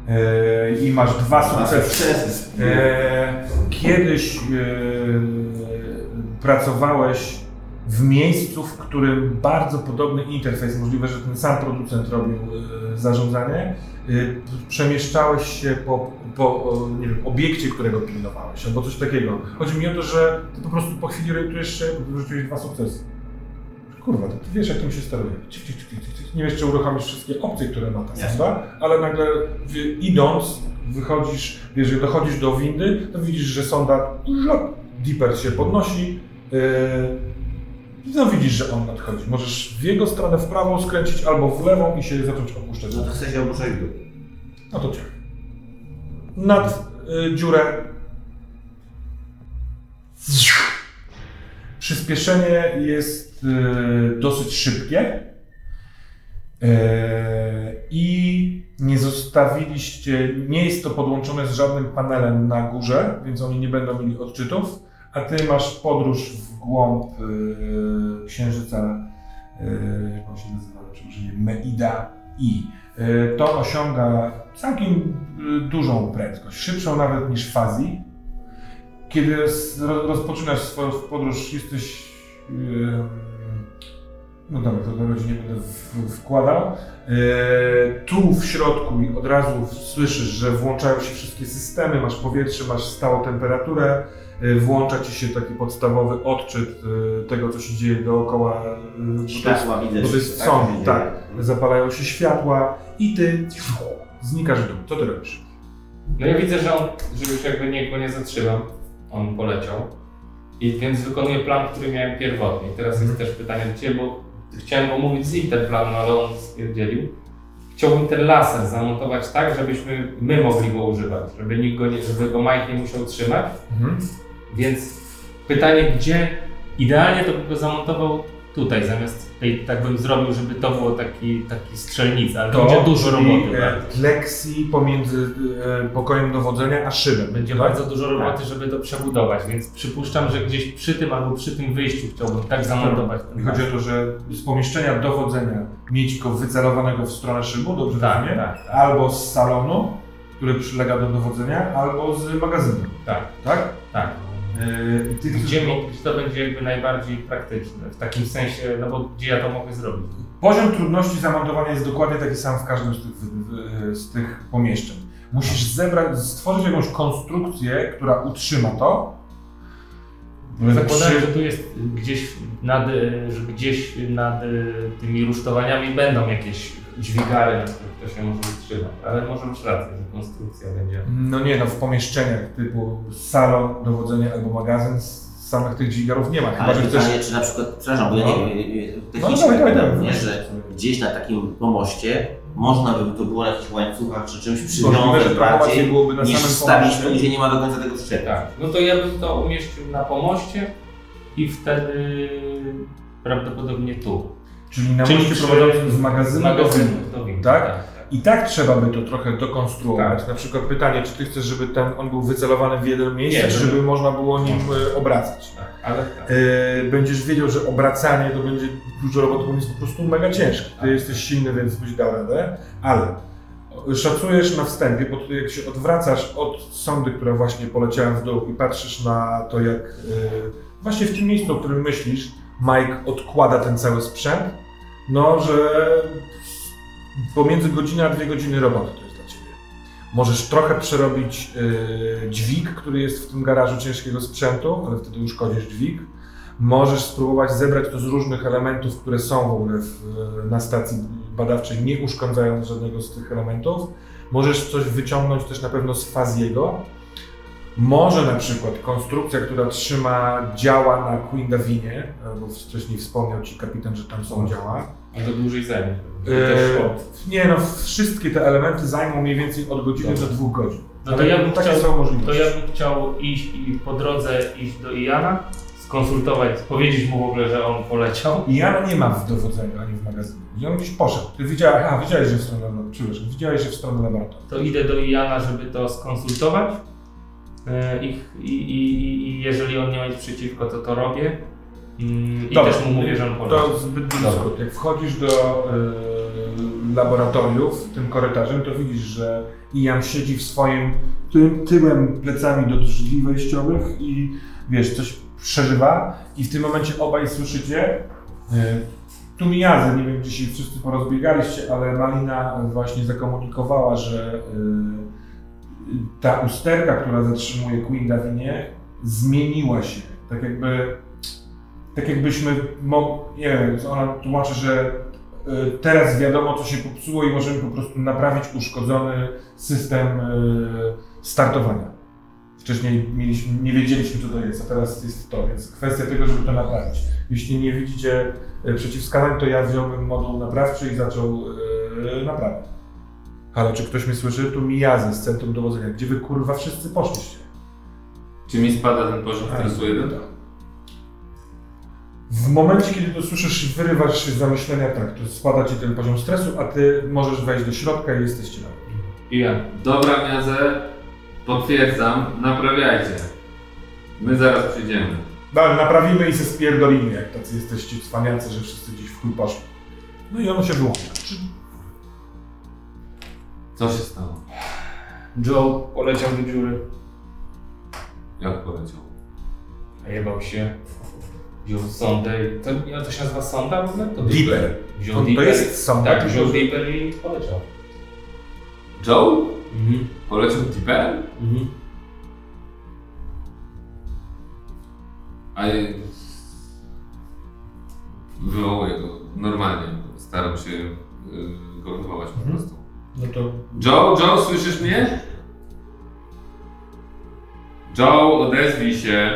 I masz 2 sukcesy. Kiedyś pracowałeś w miejscu, w którym bardzo podobny interfejs, możliwe, że ten sam producent robił zarządzanie, przemieszczałeś się po nie wiem, obiekcie, którego pilnowałeś, albo coś takiego. Chodzi mi o to, że ty po prostu po chwili orientujesz się, bo wrzuciłeś 2 sukcesy. Kurwa, to ty wiesz, jak tym się steruje. Nie wiesz, czy uruchomisz wszystkie opcje, które ma ta sonda, ale nagle idąc, wychodzisz, jeżeli dochodzisz do windy, to widzisz, że sonda Deeper się podnosi. No widzisz, że on nadchodzi. Możesz w jego stronę w prawą skręcić albo w lewą i się zacząć opuszczać. No to chce się opuszczać w dół. No to cię. Nad dziurę. Przyspieszenie jest dosyć szybkie i nie zostawiliście, nie jest to podłączone z żadnym panelem na górze, więc oni nie będą mieli odczytów, a ty masz podróż w głąb księżyca, jak on się nazywa, czyli Meida I. To osiąga całkiem dużą prędkość, szybszą nawet niż Fazji. Kiedy rozpoczynasz swoją podróż, jesteś... No dobra, to na razie nie będę wkładał. Tu w środku i od razu słyszysz, że włączają się wszystkie systemy, masz powietrze, masz stałą temperaturę, włącza ci się taki podstawowy odczyt tego, co się dzieje dookoła. Światła widzę. Bo to jest sąd, tak. Zapalają się światła i ty znikasz w dół. Co ty robisz? No ja widzę, że już jakby go nie zatrzymam, on poleciał. Więc wykonuję plan, który miałem pierwotnie. Teraz jest też pytanie do Ciebie, bo chciałem omówić z nim ten plan, no ale on stwierdził. Chciałbym ten laser zamontować tak, żebyśmy my mogli go używać, żeby nikt go żeby go Mike nie musiał trzymać. Więc pytanie, gdzie idealnie to bym go zamontował tutaj, zamiast tak bym zrobił, żeby to było taki strzelnica, ale to będzie dużo roboty. Lexi pomiędzy pokojem dowodzenia a szybem. Będzie bardzo dużo roboty, żeby to przebudować, więc przypuszczam, że gdzieś przy tym albo przy tym wyjściu chciałbym tak zamontować. Chodzi o to, że z pomieszczenia dowodzenia mieć go wycelowanego w stronę szybu, dobrze rozumiem? Tak. Albo z salonu, który przylega do dowodzenia, albo z magazynu. Tak? Gdzie to będzie jakby najbardziej praktyczne, w takim sensie, no bo gdzie ja to mogę zrobić? Poziom trudności zamontowania jest dokładnie taki sam w każdym z tych pomieszczeń. Musisz stworzyć jakąś konstrukcję, która utrzyma to. Zakładam, że tu jest gdzieś nad tymi rusztowaniami będą jakieś dźwigary, na których to się może utrzymać, ale może masz rację, że konstrukcja będzie... No w pomieszczeniach typu salon, dowodzenie albo magazyn samych tych dźwigarów nie ma. Ale pytanie, czy na przykład, przepraszam, bo ja nie że gdzieś na takim pomoście można by to było na jakichś łańcuchach czy czymś przywiązać bardziej, niż wstawić tu, gdzie nie ma do końca tego szczepu. Tak, no to ja bym to umieścił na pomoście i wtedy prawdopodobnie tu. Czyli na moście prowadzącym z magazynu do windy, tak? I tak trzeba by to trochę dokonstruować. Tak. Na przykład pytanie, czy ty chcesz, żeby on był wycelowany w jednym miejscu, czy żeby można było nim obracać. Tak, ale tak. Będziesz wiedział, że obracanie to będzie dużo roboty, bo jest po prostu mega ciężki. Ty jesteś silny, więc byś dał radę, ale szacujesz na wstępie, bo jak się odwracasz od sondy, która właśnie poleciała w dół i patrzysz na to, jak właśnie w tym miejscu, o którym myślisz, Mike odkłada ten cały sprzęt, no że pomiędzy godzinę a 2 godziny roboty to jest dla Ciebie. Możesz trochę przerobić dźwig, który jest w tym garażu ciężkiego sprzętu, ale wtedy uszkodzisz dźwig. Możesz spróbować zebrać to z różnych elementów, które są w ogóle na stacji badawczej, nie uszkadzając żadnego z tych elementów. Możesz coś wyciągnąć też na pewno z Faziego. Może na przykład konstrukcja, która trzyma działa na Queen Davinie, bo wcześniej wspomniał Ci kapitan, że tam są działa. A to dłużej zajmie. Nie no, wszystkie te elementy zajmą mniej więcej od godziny do 2 godzin. No to ja bym chciał iść i po drodze iść do Iana, skonsultować, powiedzieć mu w ogóle, że on poleciał. Iana nie ma w dowodzeniu ani w magazynie. On gdzieś poszedł. Ty widziałeś, że w stronę laboratorium. To idę do Iana, żeby to skonsultować. I jeżeli on nie ma nic przeciwko, to robię. I też mu mówię, że on poleci. To zbyt blisko. Jak wchodzisz do laboratoriów tym korytarzem, to widzisz, że Ian siedzi w swoim tyłem plecami do drzwi wejściowych i wiesz, coś przeżywa i w tym momencie obaj słyszycie tu mijazy, nie wiem, gdzie się wszyscy porozbiegaliście, ale Malina właśnie zakomunikowała, że ta usterka, która zatrzymuje Queen Davinie, zmieniła się. Tak jakbyśmy mogli, nie wiem, ona tłumaczy, że teraz wiadomo, co się popsuło i możemy po prostu naprawić uszkodzony system startowania. Wcześniej nie wiedzieliśmy, co to jest, a teraz jest to, więc kwestia tego, żeby to naprawić. Jeśli nie widzicie przeciwwskazań, to ja wziąłbym moduł naprawczy i zaczął naprawiać. Halo, czy ktoś mnie słyszy? Tu Mijazy z Centrum Dowodzenia. Gdzie wy kurwa wszyscy poszliście? Czy mi spada ten poziom stresu 1? W momencie, kiedy to słyszysz, wyrywasz się z zamyślenia, tak, to spada ci ten poziom stresu, a ty możesz wejść do środka i jesteście na Ian. Dobra, Miazę, potwierdzam, naprawiajcie. My zaraz przyjdziemy. No, naprawimy i se spierdolimy, jak tacy jesteście cwaniacy, że wszyscy gdzieś w chuj poszli. No i ono się wyłącza. Co się stało? Joe poleciał do dziury. Jak poleciał? Jebał się. Wziął sondę i... To się nazywa sonda w ogóle? To Dipper. Wziął To Dipper. jest sonda. Tak, wziął Dipper i poleciał. Joe? Mhm. Poleciał Dipperem? Mhm. A wywołuję go normalnie. Staram się go wywołać po prostu. No to... Joe, słyszysz mnie? Joe, odezwij się.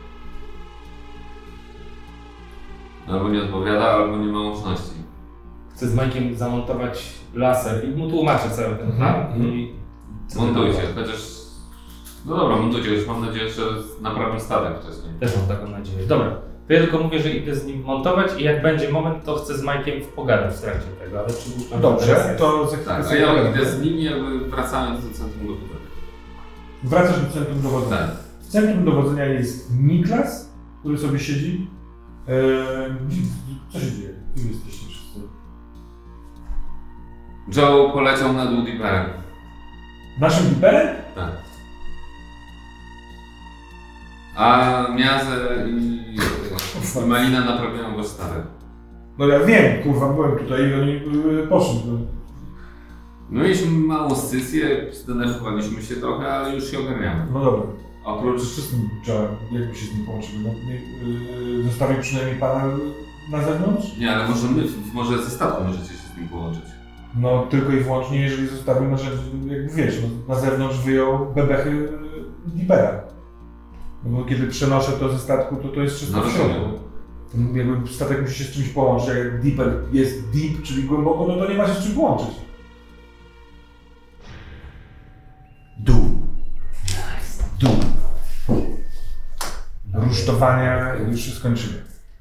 Albo nie odpowiada, albo nie ma łączności. Chcę z Mike'iem zamontować laser i mu tłumaczę cały ten plan. I Montujcie, chociaż... No dobra, montujcie, już mam nadzieję, że naprawię statek wcześniej. Też mam taką nadzieję. Dobra, to ja tylko mówię, że idę z nim montować i jak będzie moment, to chcę z Mike'iem pogadać w trakcie tego, ale przypuszczam, Dobrze, to za chwilę Tak, a sobie ja pogadamy. idę z nimi, jakby wracając do centrum dowodzenia. Wracasz do Centrum Dowodzenia. Tak. W Centrum Dowodzenia jest Niklas, który sobie siedzi. Co się dzieje? Tu jesteście wszyscy. Joe poleciał na dół Dipperem. Naszym Dipperem? Tak. A Miazę i Malina naprawiają go stary. No ja wiem, kurwa, byłem tutaj i oni poszli. No mieliśmy małą scysję, zdenerwowaliśmy się trochę, ale już się ogarniamy. No dobra. Oprócz... Co z nim trzeba, jakby się z nim połączymy? No, zostawię przynajmniej pana na zewnątrz? Nie, ale może ze statku możecie się z nim połączyć. No tylko i wyłącznie, jeżeli zostawił, no, że jakby wiesz, no, na zewnątrz wyjął bebechy Dippera. No bo kiedy przenoszę to ze statku, to jest wszystko No w środku. Jakby statek musi się z czymś połączyć, a jak Dipper jest deep, czyli głęboko, no to nie ma się z czym połączyć. Dół. Dół. Rusztowania już się skończyły.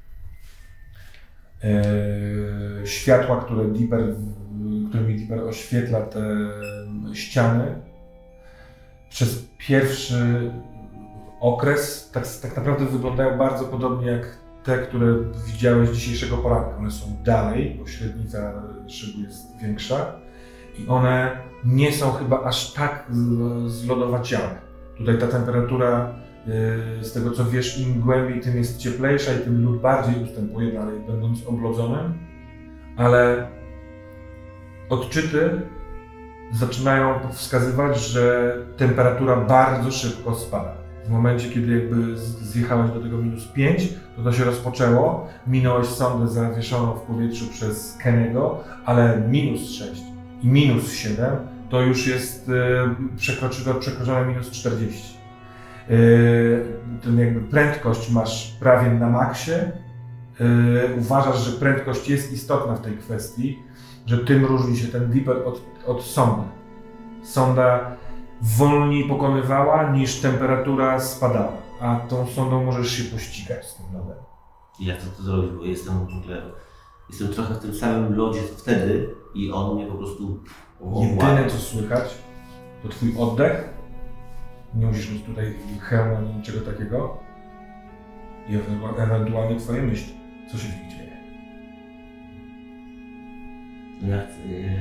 Światła, którymi Dipper oświetla te ściany, przez pierwszy okres tak naprawdę wyglądają bardzo podobnie jak te, które widziałeś dzisiejszego poranka. One są dalej, bo średnica szybu jest większa i one nie są chyba aż tak zlodowaciałe. Tutaj ta temperatura, z tego co wiesz, im głębiej, tym jest cieplejsza i tym lód bardziej ustępuje dalej, będąc oblodzonym, ale odczyty zaczynają wskazywać, że temperatura bardzo szybko spada. W momencie, kiedy jakby zjechałeś do tego -5, to się rozpoczęło, minąłeś sondę zawieszoną w powietrzu przez Kenny'ego, ale -6 i -7 to już jest przekroczone -40. Ten jakby prędkość masz prawie na maksie. Uważasz, że prędkość jest istotna w tej kwestii, że tym różni się ten Dipper od sondy. Sonda wolniej pokonywała niż temperatura spadała, a tą sondą możesz się pościgać z tym lodem. Jak to zrobić, bo jestem trochę w tym samym lodzie wtedy i on mnie po prostu... Jedyne co słychać to twój oddech. Nie musisz mieć tutaj hełmu ani niczego takiego. I ewentualnie twoje myśli. Co się w nich dzieje?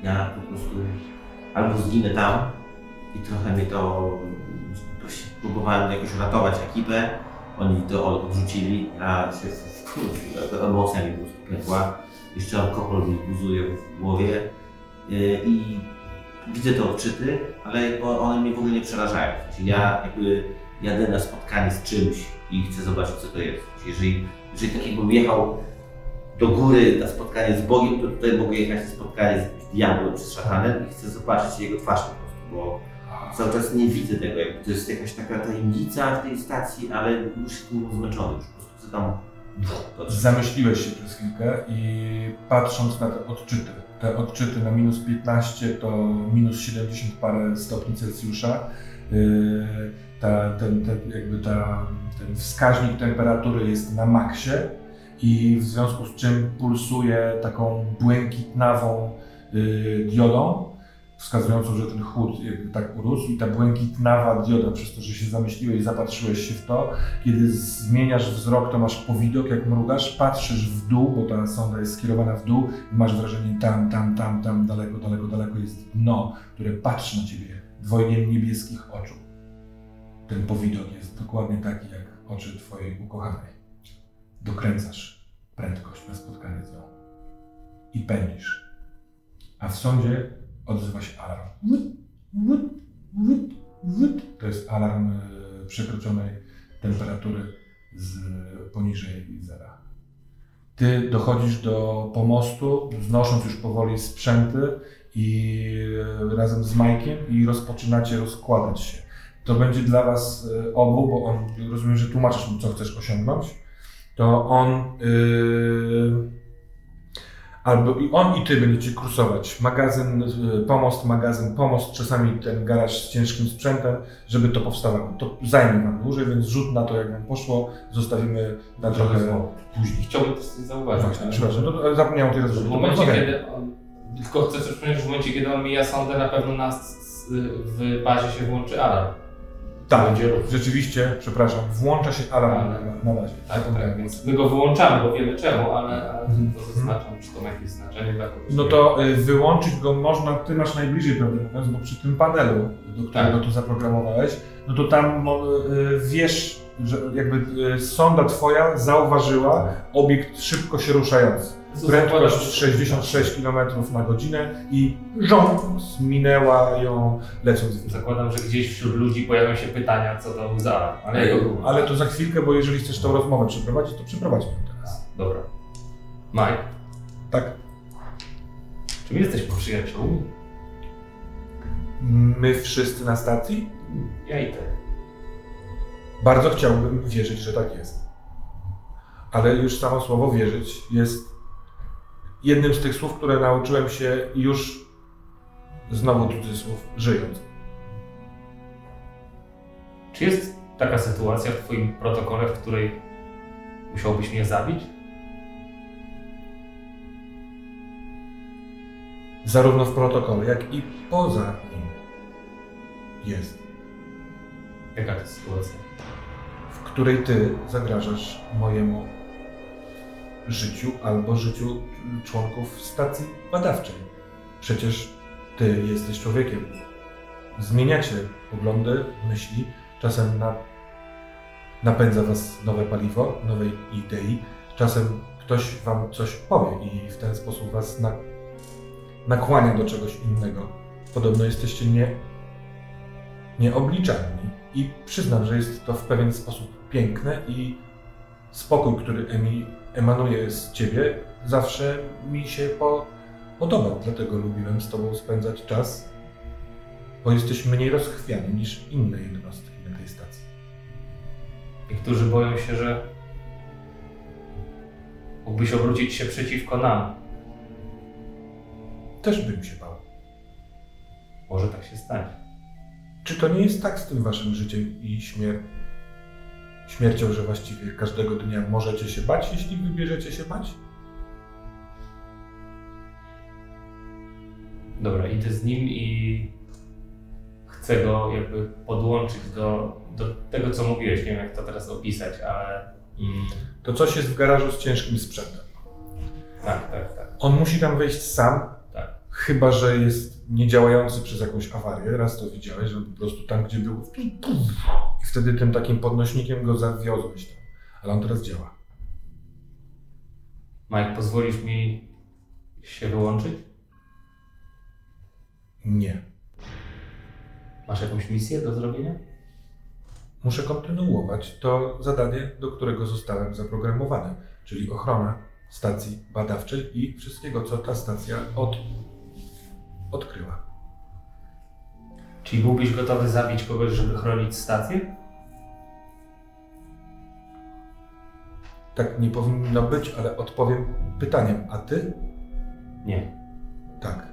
ja po prostu albo zginę tam i trochę mnie to próbowałem jakoś ratować ekipę, oni to odrzucili, a się emocja mi po prostu pękła, jeszcze alkohol mi buzuje w głowie i widzę te odczyty, ale one mnie w ogóle nie przerażają. Czyli ja jakby jadę na spotkanie z czymś i chcę zobaczyć, co to jest. Jeżeli tak jakbym jechał do góry na spotkanie z Bogiem, to tutaj mogę jechać na spotkanie z diabłem czy z szatanem i chcę zobaczyć jego twarz po prostu, bo cały czas nie widzę tego. To jest jakaś taka tajemnica w tej stacji, ale już jestem zmęczony, już po prostu chcę tam dotrzeć. Zamyśliłeś się przez chwilkę i patrząc na te odczyty na minus 15 to minus 70 parę stopni Celsjusza, ten wskaźnik temperatury jest na maksie i w związku z czym pulsuje taką błękitnawą diodą, wskazującą, że ten chłód jakby tak urósł i ta błękitnawa dioda, przez to, że się zamyśliłeś i zapatrzyłeś się w to, kiedy zmieniasz wzrok, to masz powidok, jak mrugasz, patrzysz w dół, bo ta sonda jest skierowana w dół i masz wrażenie tam, daleko jest dno, które patrzy na ciebie dwojgiem niebieskich oczu. Ten powidok jest dokładnie taki, jak oczy twojej ukochanej. Dokręcasz prędkość na spotkanie z nią i pędzisz. A w sondzie odzywa się alarm. To jest alarm przekroczonej temperatury poniżej zera. Ty dochodzisz do pomostu, znosząc już powoli sprzęty i razem z Majkiem i rozpoczynacie rozkładać się. To będzie dla was obu, bo on, rozumiem, że tłumaczysz mu, co chcesz osiągnąć, to on albo i on i ty będziecie kursować magazyn, pomost, czasami ten garaż z ciężkim sprzętem, żeby to powstawało. To zajmie wam dłużej, więc rzut na to, jak wam poszło, zostawimy na trochę później. Chciałbym też coś zauważyć. Właśnie, przepraszam, to zapomniałem o tej rozmowie. W momencie, kiedy on, tylko chcę też powiedzieć, że w momencie, kiedy on mija sondę, na pewno w bazie się włączy alarm. Tak, rzeczywiście, przepraszam, włącza się alarm na bazie. Tak, więc my go wyłączamy, bo wiemy czemu, ale to zaznaczam, czy to ma jakieś znaczenie dla kogoś. No to wyłączyć go można, ty masz najbliżej, prawdę mówiąc, bo przy tym panelu, do którego tu zaprogramowałeś, no to tam wiesz, że jakby sonda twoja zauważyła obiekt szybko się ruszający. Prędkość 66 km na godzinę i minęła ją lecąc. Zakładam, że gdzieś wśród ludzi pojawią się pytania, co to za alarm. Ale to za chwilkę, bo jeżeli chcesz tą rozmowę przeprowadzić, to przeprowadźmy ją teraz. Dobra. Mike? Tak. Czy my jesteśmy przyjaciółmi? My wszyscy na stacji? Ja i ty. Bardzo chciałbym wierzyć, że tak jest. Ale już samo słowo wierzyć jest jednym z tych słów, które nauczyłem się już, znowu cudzysłów, żyjąc. Czy jest taka sytuacja w twoim protokole, w której musiałbyś mnie zabić? Zarówno w protokole, jak i poza nim jest. Jaka to jest sytuacja? W której ty zagrażasz mojemu życiu albo życiu członków stacji badawczej. Przecież ty jesteś człowiekiem. Zmieniacie poglądy, myśli, czasem napędza was nowe paliwo, nowej idei, czasem ktoś wam coś powie i w ten sposób was nakłania do czegoś innego. Podobno jesteście nieobliczalni i przyznam, że jest to w pewien sposób piękne i spokój, który emanuje z ciebie, zawsze mi się podobał. Dlatego lubiłem z tobą spędzać czas, bo jesteś mniej rozchwiany niż inne jednostki na tej stacji. Niektórzy boją się, że mógłbyś obrócić się przeciwko nam. Też bym się bał. Może tak się stanie. Czy to nie jest tak z tym waszym życiem i śmiercią, że właściwie każdego dnia możecie się bać, jeśli wybierzecie się bać? Dobra, idę z nim i chcę go jakby podłączyć do tego, co mówiłeś. Nie wiem, jak to teraz opisać, ale... To coś jest w garażu z ciężkim sprzętem. Tak. On musi tam wejść sam. Tak. Chyba że jest niedziałający przez jakąś awarię. Raz to widziałeś, że po prostu tam, gdzie był i wtedy tym takim podnośnikiem go zawiozłeś tam. Ale on teraz działa. Mike, pozwolisz mi się wyłączyć? Nie. Masz jakąś misję do zrobienia? Muszę kontynuować to zadanie, do którego zostałem zaprogramowany, czyli ochrona stacji badawczej i wszystkiego, co ta stacja odkryła. Czyli byłbyś gotowy zabić kogoś, żeby chronić stację? Tak nie powinno być, ale odpowiem pytaniem. A ty? Nie. Tak.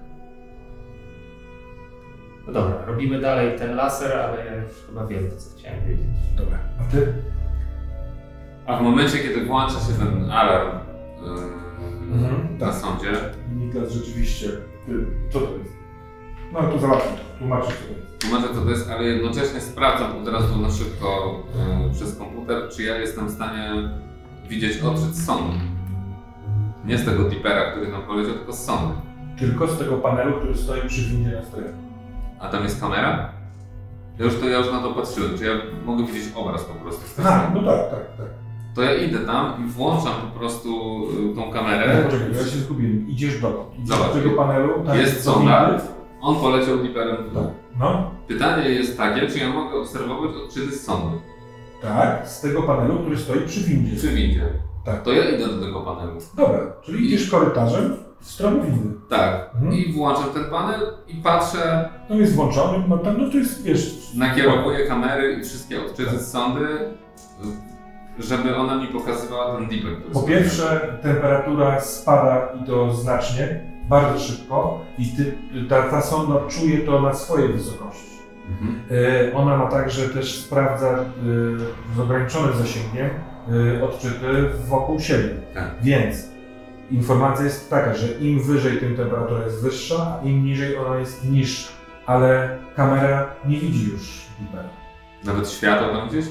No dobra, robimy dalej ten laser, ale ja już chyba wiem, co chciałem wiedzieć. Dobra. A ty? A w momencie, kiedy włącza się ten alarm na tak. sądzie, Niklas, rzeczywiście. Co to jest? No tu załatwię to. Tłumaczę, co to jest. tłumaczę co to jest, ale jednocześnie sprawdzam od razu na szybko przez komputer, czy ja jestem w stanie widzieć odczyt sądu. Nie z tego Deepera, który nam poleciał, tylko z sądu. Tylko z tego panelu, który stoi przy windzie na stroju. A tam jest kamera? Ja już na to patrzyłem, czy ja mogę widzieć obraz po prostu. Aha, no tak. To ja idę tam i włączam po prostu tą kamerę. Poczekaj, ja się zgubiłem. Idziesz dokąd? Idziesz Zobacz. do tego panelu. Tam Jest sonda, on poleciał Deeperem w dół. Tak. No. Pytanie jest takie, czy ja mogę obserwować odczyty z sądu? Tak, z tego panelu, który stoi przy windzie. Przy windzie. Tak. To ja idę do tego panelu. Dobra, czyli idziesz korytarzem w stronę windy. Tak. I włączam ten panel i patrzę, No jest włączony, no tam, no to jest, wiesz... nakierowuję kamery i wszystkie odczyty z sądy, żeby ona mi pokazywała ten Deeper. który Po sobie- pierwsze, temperatura spada i to znacznie, bardzo szybko i ta sonda czuje to na swojej wysokości. Ona ma także też sprawdza z ograniczonym zasięgiem odczyty wokół siebie. Tak. Więc informacja jest taka, że im wyżej, tym temperatura jest wyższa, a im niżej ona jest niższa. Ale kamera nie widzi już Deepera. Nawet światło tam gdzieś?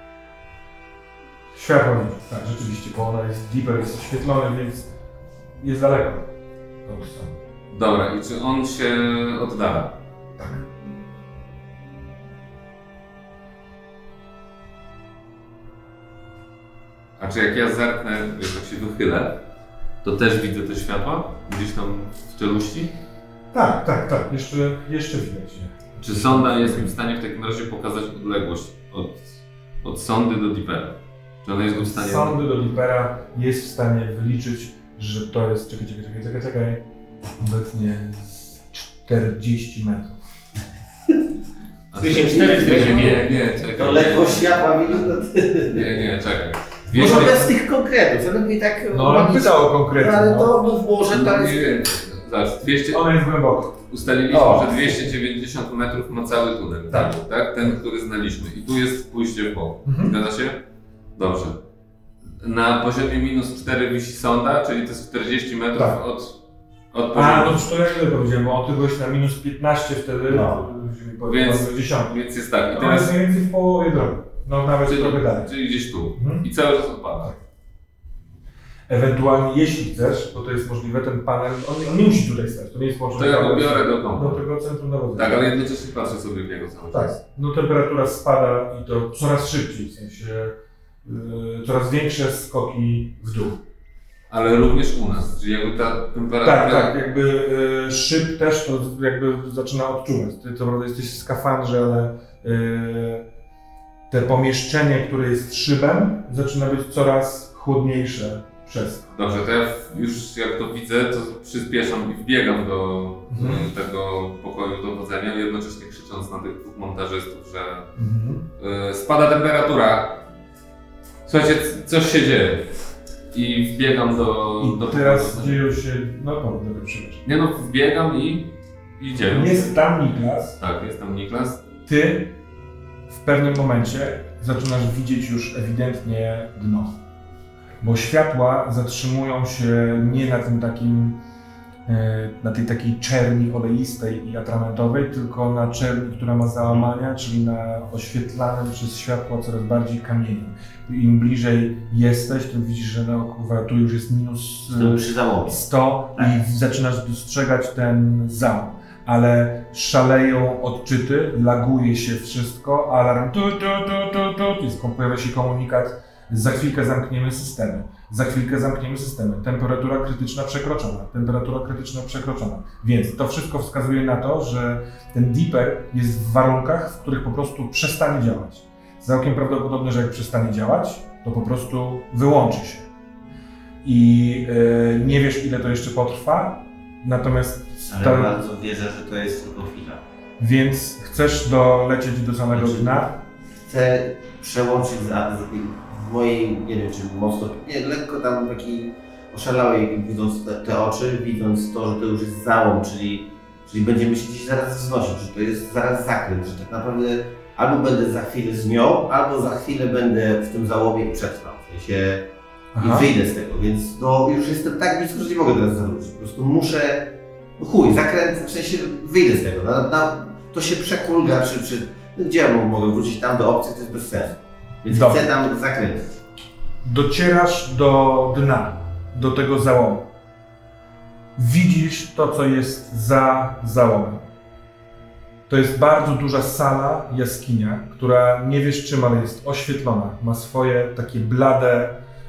Światło widzi, tak, rzeczywiście, bo ona jest, Deeper jest oświetlony, więc jest daleko od stąd. Dobra, i czy on się oddala? Tak. A czy jak ja zerknę, wiesz, jak się wychylę, to też widzę te światła? Gdzieś tam w czeluści? Tak, jeszcze widać je. Czy sonda jest mi w stanie w takim razie pokazać odległość od sondy do Deepera? Czy ona jest w stanie... Sondy do Deepera jest w stanie wyliczyć, że to jest, czekaj, obecnie 40 metrów. A Ty się 4 nie, czekaj. To ledwo światła minut. Nie, czekaj. Może bez tych konkretów, żeby mi tak... No ale pytał konkretnie. No, ale no. to mów może to jest... Nie, zobacz, 200... Ona jest głęboko. Ustaliliśmy, O. że 290 metrów ma cały tunel, tak? Ten, który znaliśmy. I tu jest pójście w bok. Zgadza się? Dobrze. Na poziomie -4 wisi sonda, czyli to jest 40 metrów Tak. od poziomu. A, no to ja źle powiedziałem, bo ty byłeś na -15 wtedy, No. Więc- 10. Więc jest tak. I Ona jest teraz, mniej więcej w połowie drogi. No nawet trochę dalej. czyli gdzieś tu. Mhm. I cały czas odpada. Ewentualnie jeśli chcesz, bo to jest możliwe, ten panel, on nie musi tutaj stać, to nie jest To połączone ja go biorę do do kompa. tego centrum dowodzenia. Tak, ale jednocześnie patrzę sobie w niego cały Tak, czas. no temperatura spada i to coraz szybciej, w sensie coraz większe skoki w dół. Ale również u nas, czyli jakby ta temperatura... Tak, jakby szyb też to jakby zaczyna odczuwać. Ty co prawda jesteś w skafandrze, ale te pomieszczenie, które jest szybem, zaczyna być coraz chłodniejsze przez to. Dobrze, to ja już jak to widzę, to przyspieszam i wbiegam do tego pokoju dowodzenia, jednocześnie krzycząc na tych dwóch montażystów, że spada temperatura. Słuchajcie, coś się dzieje. I wbiegam do I pokoju teraz dowodzenia. dzieją się, no dobra, przepraszam. Nie no, wbiegam i dzieją się. Jest tam Niklas, Tak, jest tam Niklas. ty w pewnym momencie zaczynasz widzieć już ewidentnie dno. Bo światła zatrzymują się nie na tym takim na tej takiej czerni oleistej i atramentowej, tylko na czerni, która ma załamania, czyli na oświetlanym przez światło coraz bardziej kamieniem. Im bliżej jesteś, tym widzisz, że no kurwa, tu już jest minus 100 i zaczynasz dostrzegać ten załam. Ale szaleją odczyty, laguje się wszystko, alarm pojawia się komunikat, za chwilkę zamkniemy systemy. Za chwilkę zamkniemy systemy. Temperatura krytyczna przekroczona. Więc to wszystko wskazuje na to, że ten Deeper jest w warunkach, w których po prostu przestanie działać. Całkiem prawdopodobne, że jak przestanie działać, to po prostu wyłączy się. I nie wiesz, ile to jeszcze potrwa, natomiast... Ale bardzo wierzę, że to jest tylko chwila. Więc chcesz dolecieć do samego dna? Chcę przełączyć w mojej, nie wiem czy mocno, lekko tam taki oszalały, widząc te oczy, widząc to, że to już jest załom, czyli będziemy się gdzieś zaraz wznosić, że to jest zaraz zakręt, że tak naprawdę albo będę za chwilę z nią, albo za chwilę będę w tym załomie i przetrwam. I wyjdę z tego, więc no już jestem tak blisko, że nie mogę teraz zawrócić. Po prostu muszę, zakręt, w sensie wyjdę z tego. To się przekulga, gdzie ja mogę wrócić tam do opcji, to jest bez sensu. Więc chcę tam zakręcić. Docierasz do dna, do tego załomu. Widzisz to, co jest za załomem. To jest bardzo duża sala, jaskinia, która nie wiesz czym, ale jest oświetlona. Ma swoje takie blade,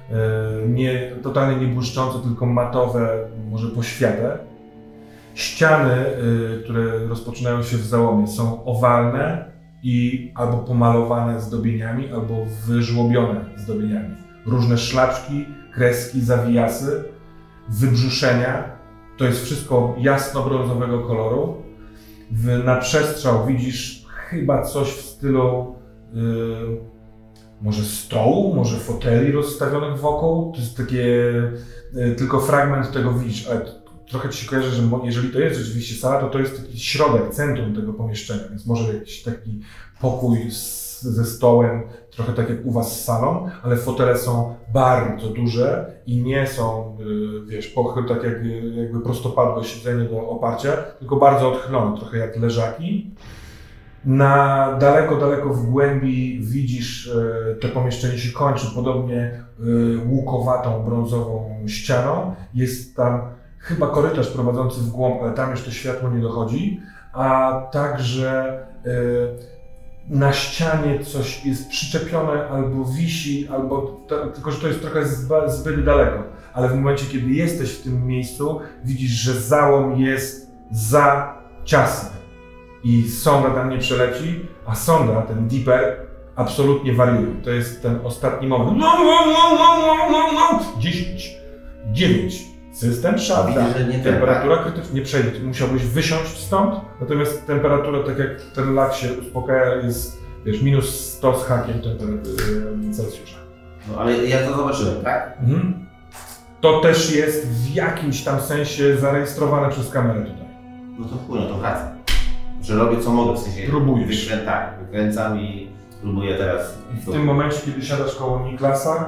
totalnie nie błyszczące, tylko matowe, może poświate. Ściany, które rozpoczynają się w załomie, są owalne i albo pomalowane zdobieniami, albo wyżłobione zdobieniami. Różne szlaczki, kreski, zawijasy, wybrzuszenia. To jest wszystko jasno-brązowego koloru. Na przestrzał widzisz chyba coś w stylu może stołu, może foteli rozstawionych wokół. To jest takie, tylko fragment tego widzisz, ale trochę ci się kojarzy, że jeżeli to jest rzeczywiście sala, to jest taki środek, centrum tego pomieszczenia, więc może jakiś taki pokój ze stołem, trochę tak jak u was z salą, ale fotele są bardzo duże i nie są, wiesz, tak jakby prostopadłe siedzenie do oparcia, tylko bardzo odchylone, trochę jak leżaki. Na daleko w głębi widzisz, to pomieszczenie się kończy podobnie łukowatą, brązową ścianą. Jest tam chyba korytarz prowadzący w głąb, ale tam już to światło nie dochodzi, a także na ścianie coś jest przyczepione albo wisi, tylko że to jest trochę zbyt daleko. Ale w momencie, kiedy jesteś w tym miejscu, widzisz, że załom jest za ciasny i sonda tam nie przeleci, a sonda, ten Deeper, absolutnie wariuje. To jest ten ostatni moment. 10, 9. System shutdown. Temperatura krytyczna, nie przejdzie. Musiałbyś wysiąść stąd, natomiast temperatura, tak jak ten lag się uspokaja, jest, wiesz, minus 100 z hakiem temperatury Celsjusza. No ale ja to zobaczyłem, tak? Mhm. To też jest w jakimś tam sensie zarejestrowane przez kamerę tutaj. No to wracam. Że robię co mogę, w sensie próbujesz. Wykręcam i próbuję teraz. I w tym momencie, kiedy siadasz koło Niklasa,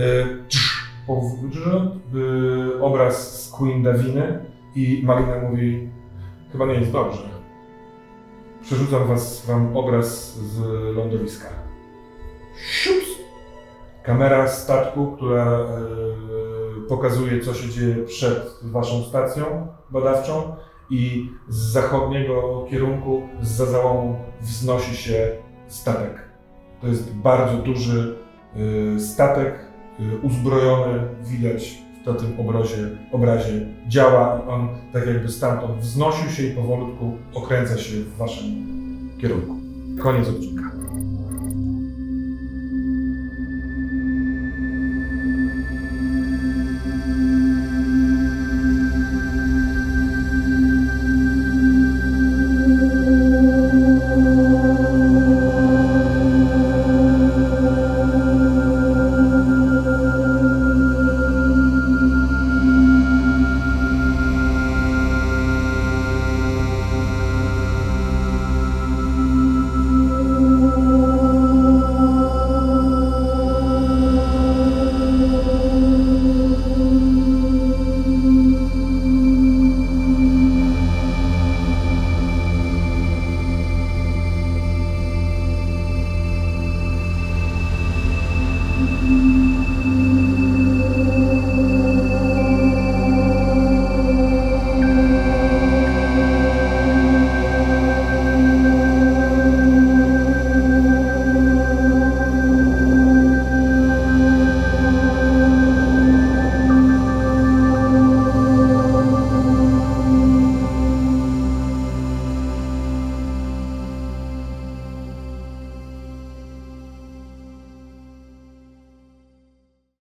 obraz z Queen Daviny i Malina mówi, chyba nie jest dobrze. Przerzucam wam obraz z lądowiska. Siups! Kamera statku, która pokazuje, co się dzieje przed waszą stacją badawczą i z zachodniego kierunku, zza załomu wznosi się statek. To jest bardzo duży statek, uzbrojony, widać na tym obrazie działa i on tak jakby stamtąd wznosił się i powolutku okręca się w waszym kierunku. Koniec odcinka.